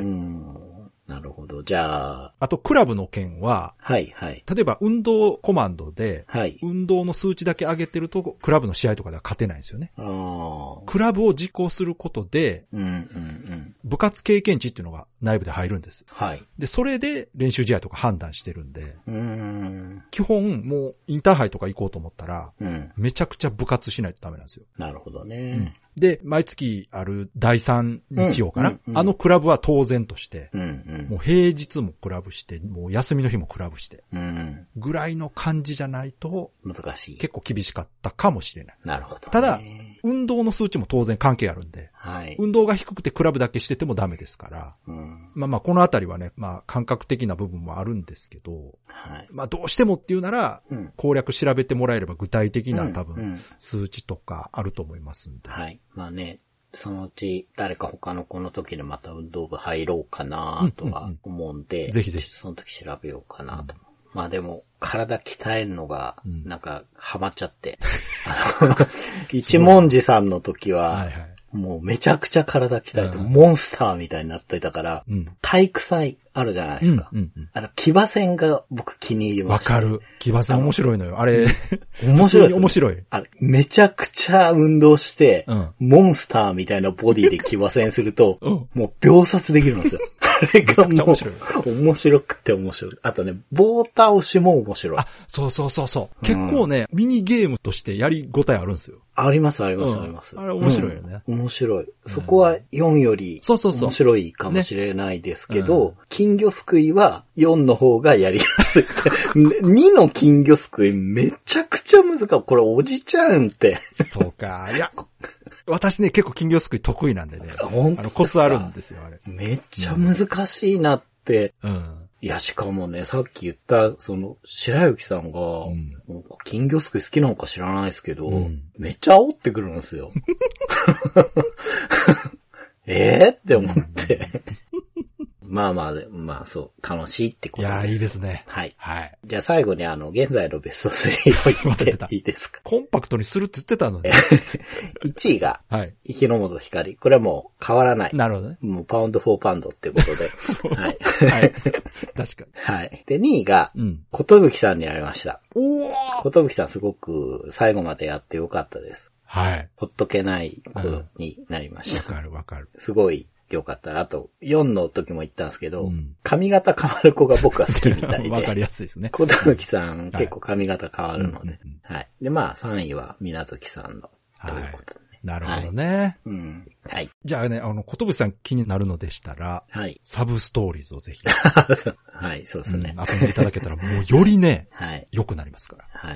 なるほど。じゃあ。 あと、クラブの件は、 はいはい。 例えば、運動コマンドで、 はい。 運動の数値だけ上げてると、クラブの試合とかでは勝てないんですよね。 あクラブを実行することで、 うんうんうん、 部活経験値っていうのが内部で入るんです。 はい。 で、それで練習試合とか判断してるんで、 うーん基本、もう、インターハイとか行こうと思ったら、 うん、 めちゃくちゃ部活しないとダメなんですよ。 なるほどね。 うん、で、毎月あるだいさん日曜かな、うんうんうん、あのクラブは当然として、 うんうん、 もう平日もクラブして、もう休みの日もクラブして、 うん、 ぐらいの感じじゃないと、 難しい。 結構厳しかったかもしれない。 なるほど、ね。 ただ、運動の数値も当然関係あるんで、 はい、 運動が低くてクラブだけしててもダメですから、 うん、 まあまあこのあたりはね、まあ感覚的な部分もあるんですけど、 はい、 まあどうしてもっていうなら、 うん、 攻略調べてもらえれば具体的な多分数値とかあると思いますんで。 うんうん、はい。まあね、そのうち誰か他の子の時にまた運動部入ろうかなとは思うんで、うんうんうん、 ぜひぜひその時調べようかなと。うん、まあでも体鍛えるのがなんかハマっちゃって、うん、一文字さんの時は、はいはい、もうめちゃくちゃ体鍛えて、モンスターみたいになっていたから、うん、体育祭あるじゃないですか。 うんうんうん、 あの、騎馬戦が僕気に入りました。 わかる。騎馬戦面白いのよ。あれ、 面白いです、ね。 面白い。 あれ、めちゃくちゃ運動して、うん、モンスターみたいなボディで騎馬戦すると、うん、もう秒殺できるんですよ。あれがもう、面白い。面白くて面白い。あとね、棒倒しも面白い。 あ、そうそうそうそう。うん、結構ね、ミニゲームとしてやりごたえあるんですよ。 ありますありますあります。 あれ面白いよね。 面白い。そこはよんより面白いかもしれないですけど、金魚すくいはよんの方がやりやすい。にの金魚すくいめちゃくちゃ難しい。これおじちゃんって。 そうか。いや、私ね結構金魚すくい得意なんでね。本当あのコツあるんですよ、あれ。 めっちゃ難しいなって。 うん。 いや、しかもね、さっき言った、その、白雪さんが、うん、金魚すくい好きなのか知らないですけど、うん、めっちゃ煽ってくるんですよ。えーって思って。まあまあ、まあそう、楽しいってことです。 いや、いいですね。 はい。 はい。 じゃあ最後にあの、現在のベストスリーを言っていいですか？ コンパクトにするって言ってたので。 いちいが、 はい。 日の本光。これはもう変わらない。 なるほどね。 もうパウンドフォーパウンドってことで。はい。 はい。確かに。 はい。で、にいが、 うん。 ことぶきさんになりました。 おー！ ことぶきさんすごく最後までやってよかったです。 はい。 ほっとけない子になりました。 わ、うん、かるわかる。 すごい。よかった。あと、よんの時も言ったんですけど、うん、髪型変わる子が僕は好きみたいで。 わかりやすいですね。 小田貫さん、結構髪型変わるので、はい。はい。で、まあ、さんいは水無月さんの、ということで、ね。 なるほどね。はい、 うん。はい。 じゃあね、あの、小峠さん気になるのでしたら、 はい。 サブストーリーズをぜひ。 はい、そうですね、 うん。遊んでいただけたら、もうよりね、 はい。 良くなりますから。 はい。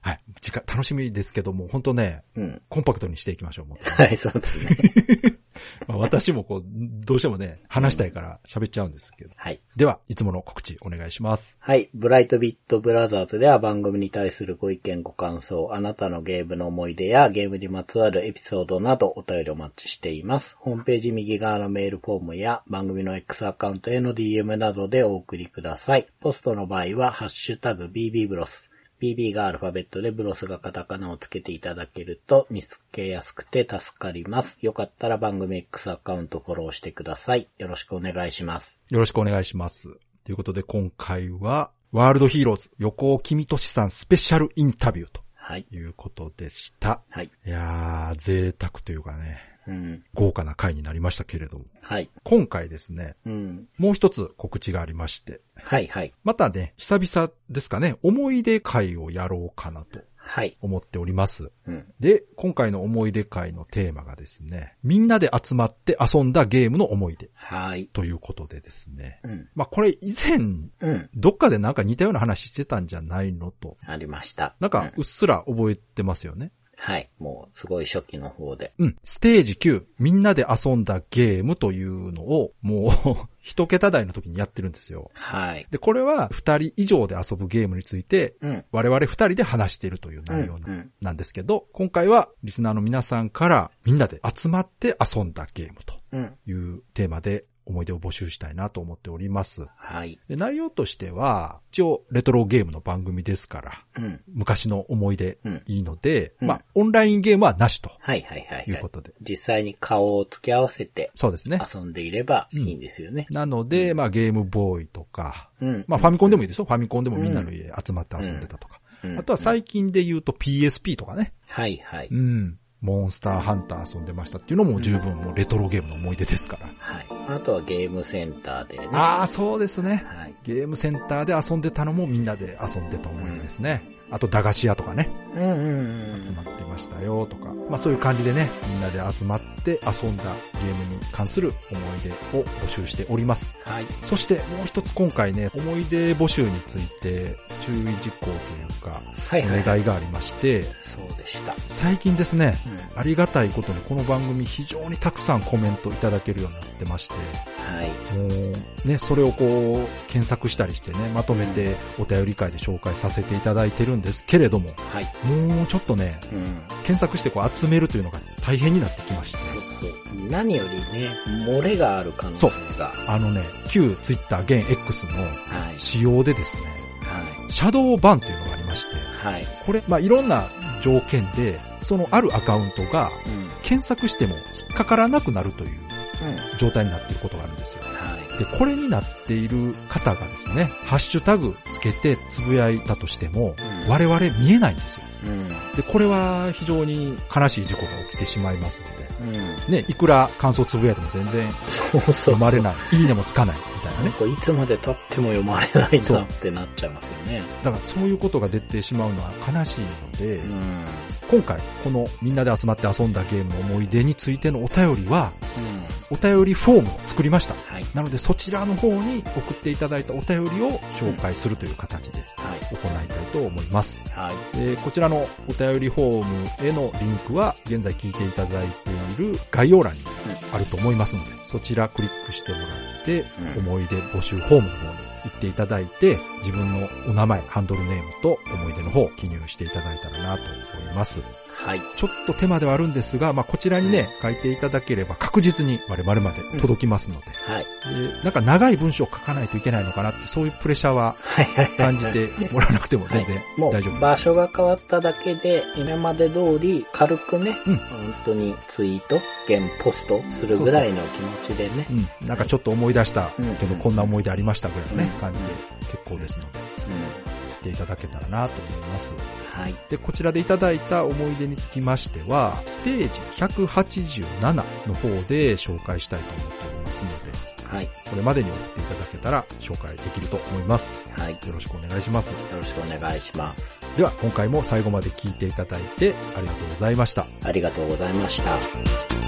はい。時間、楽しみですけども、本当ね、うん、コンパクトにしていきましょう、もっと。 はい、そうですね。 まあ私もこう、どうしてもね、話したいから喋っちゃうんですけど。 はい。 では、いつもの告知お願いします。 はい。ブライトビットブラザーズでは番組に対するご意見ご感想、あなたのゲームの思い出やゲームにまつわるエピソードなどお便りお待ちしています。ホームページ右側のメールフォームや番組の X アカウントへの ディーエム などでお送りください。ポストの場合は、ハッシュタグ ビービー ブロス。ビービー がアルファベットでブロスがカタカナをつけていただけると見つけやすくて助かります。よかったら番組 X アカウントフォローしてください。よろしくお願いします。 よろしくお願いします。ということで今回はワールドヒーローズ横尾公俊さんスペシャルインタビューということでした。はい。いやー、贅沢というかね。うん、豪華な回になりましたけれども。はい。今回ですね、うん、もう一つ告知がありまして。 はいはい。 またね、久々ですかね、思い出会をやろうかなと。はい。思っております。うん、で、今回の思い出会のテーマがですね、みんなで集まって遊んだゲームの思い出。はい。ということでですね。うん。まあこれ以前、うん、どっかでなんか似たような話してたんじゃないのと。 ありました。 なんかうっすら覚えてますよね。 はい。もう、すごい初期の方で。 うん。ステージきゅう、みんなで遊んだゲームというのを、もう、一桁台の時にやってるんですよ。はい。で、これは二人以上で遊ぶゲームについて、うん、我々二人で話しているという内容な、うんうん、なんですけど、今回はリスナーの皆さんからみんなで集まって遊んだゲームというテーマで、思い出を募集したいなと思っております。はい。で、内容としては、一応レトロゲームの番組ですから、うん、昔の思い出いいので、うん、まあ、オンラインゲームはなしと。はいはいはい。いうことで。 実際に顔を付け合わせて、そうですね。遊んでいればいいんですよね。 うん、なので、まあ、ゲームボーイとか、うん、まあ、ファミコンでもいいですよ。ファミコンでもみんなの家集まって遊んでたとか。うん、あとは最近で言うと ピーエスピー とかね。はいはい。うん。モンスターハンター遊んでましたっていうのも十分もうレトロゲームの思い出ですから。 はい。あとはゲームセンターでね。 ああ、そうですね。はい。ゲームセンターで遊んでたのもみんなで遊んでた思い出ですね。うん、あと駄菓子屋とかね。うんうんうん。集まってましたよとか。まあそういう感じでね、みんなで集まって遊んだゲームに関する思い出を募集しております。はい。そしてもう一つ今回ね、思い出募集について注意事項というか、はいはい、お願いがありまして、 そうでした。 最近ですね、うん、ありがたいことにこの番組非常にたくさんコメントいただけるようになってまして、はい。もうね、それをこう検索したりしてね、まとめてお便り会で紹介させていただいてるんですけれども、はい。もうちょっとね、うん、検索してこう集めるというのが大変になってきまして。 そうそう。何よりね、漏れがある可能性が。 そう。あのね、旧ツイッター現 X の仕様でですね、はい。シャドーバンというのがありまして、はい。これ、まあ、いろんな条件で、そのあるアカウントが、検索しても引っかからなくなるという状態になっていることがあるんですよ。はい。で、これになっている方がですね、ハッシュタグつけてつぶやいたとしても、うん、我々見えないんですよ。うん、で、これは非常に悲しい事故が起きてしまいますので、うん、ね、いくら感想つぶやいても全然読まれない、いいねもつかないみたいなね。 いつまで経っても読まれないなってなっちゃいますよね。 だからそういうことが出てしまうのは悲しいので、うん、今回このみんなで集まって遊んだゲームの思い出についてのお便りは、うん、お便りフォームを作りました。はい、なのでそちらの方に送っていただいたお便りを紹介するという形で行いたいと思います。はい、えー、こちらのお便りフォームへのリンクは現在聞いていただいている概要欄にあると思いますので、そちらクリックしてもらって、うん、思い出募集フォームの方に行っていただいて、自分のお名前、ハンドルネームと思い出の方を記入していただいたらなと思います。はい。ちょっと手間ではあるんですが、まあ、こちらにね、書いていただければ確実に我々まで届きますので、うん、はい。で、なんか長い文章を書かないといけないのかなって、そういうプレッシャーは感じてもらわなくても全然大丈夫です。 もう場所が変わっただけで、今まで通り軽くね、うん、本当にツイート、現ポストするぐらいの気持ちでね。 そうそう、うん。なんかちょっと思い出したけど、こんな思い出ありましたぐらいのね、うん、感じで結構ですので。うん、いただけたらなと思います。はい。で、こちらでいただいた思い出につきましては、ステージひゃくはちじゅうななの方で紹介したいと思っておりますので、はい。それまでに送っていただけたら紹介できると思います。はい。よろしくお願いします。よろしくお願いします。 では、今回も最後まで聞いていただいてありがとうございました。 ありがとうございました。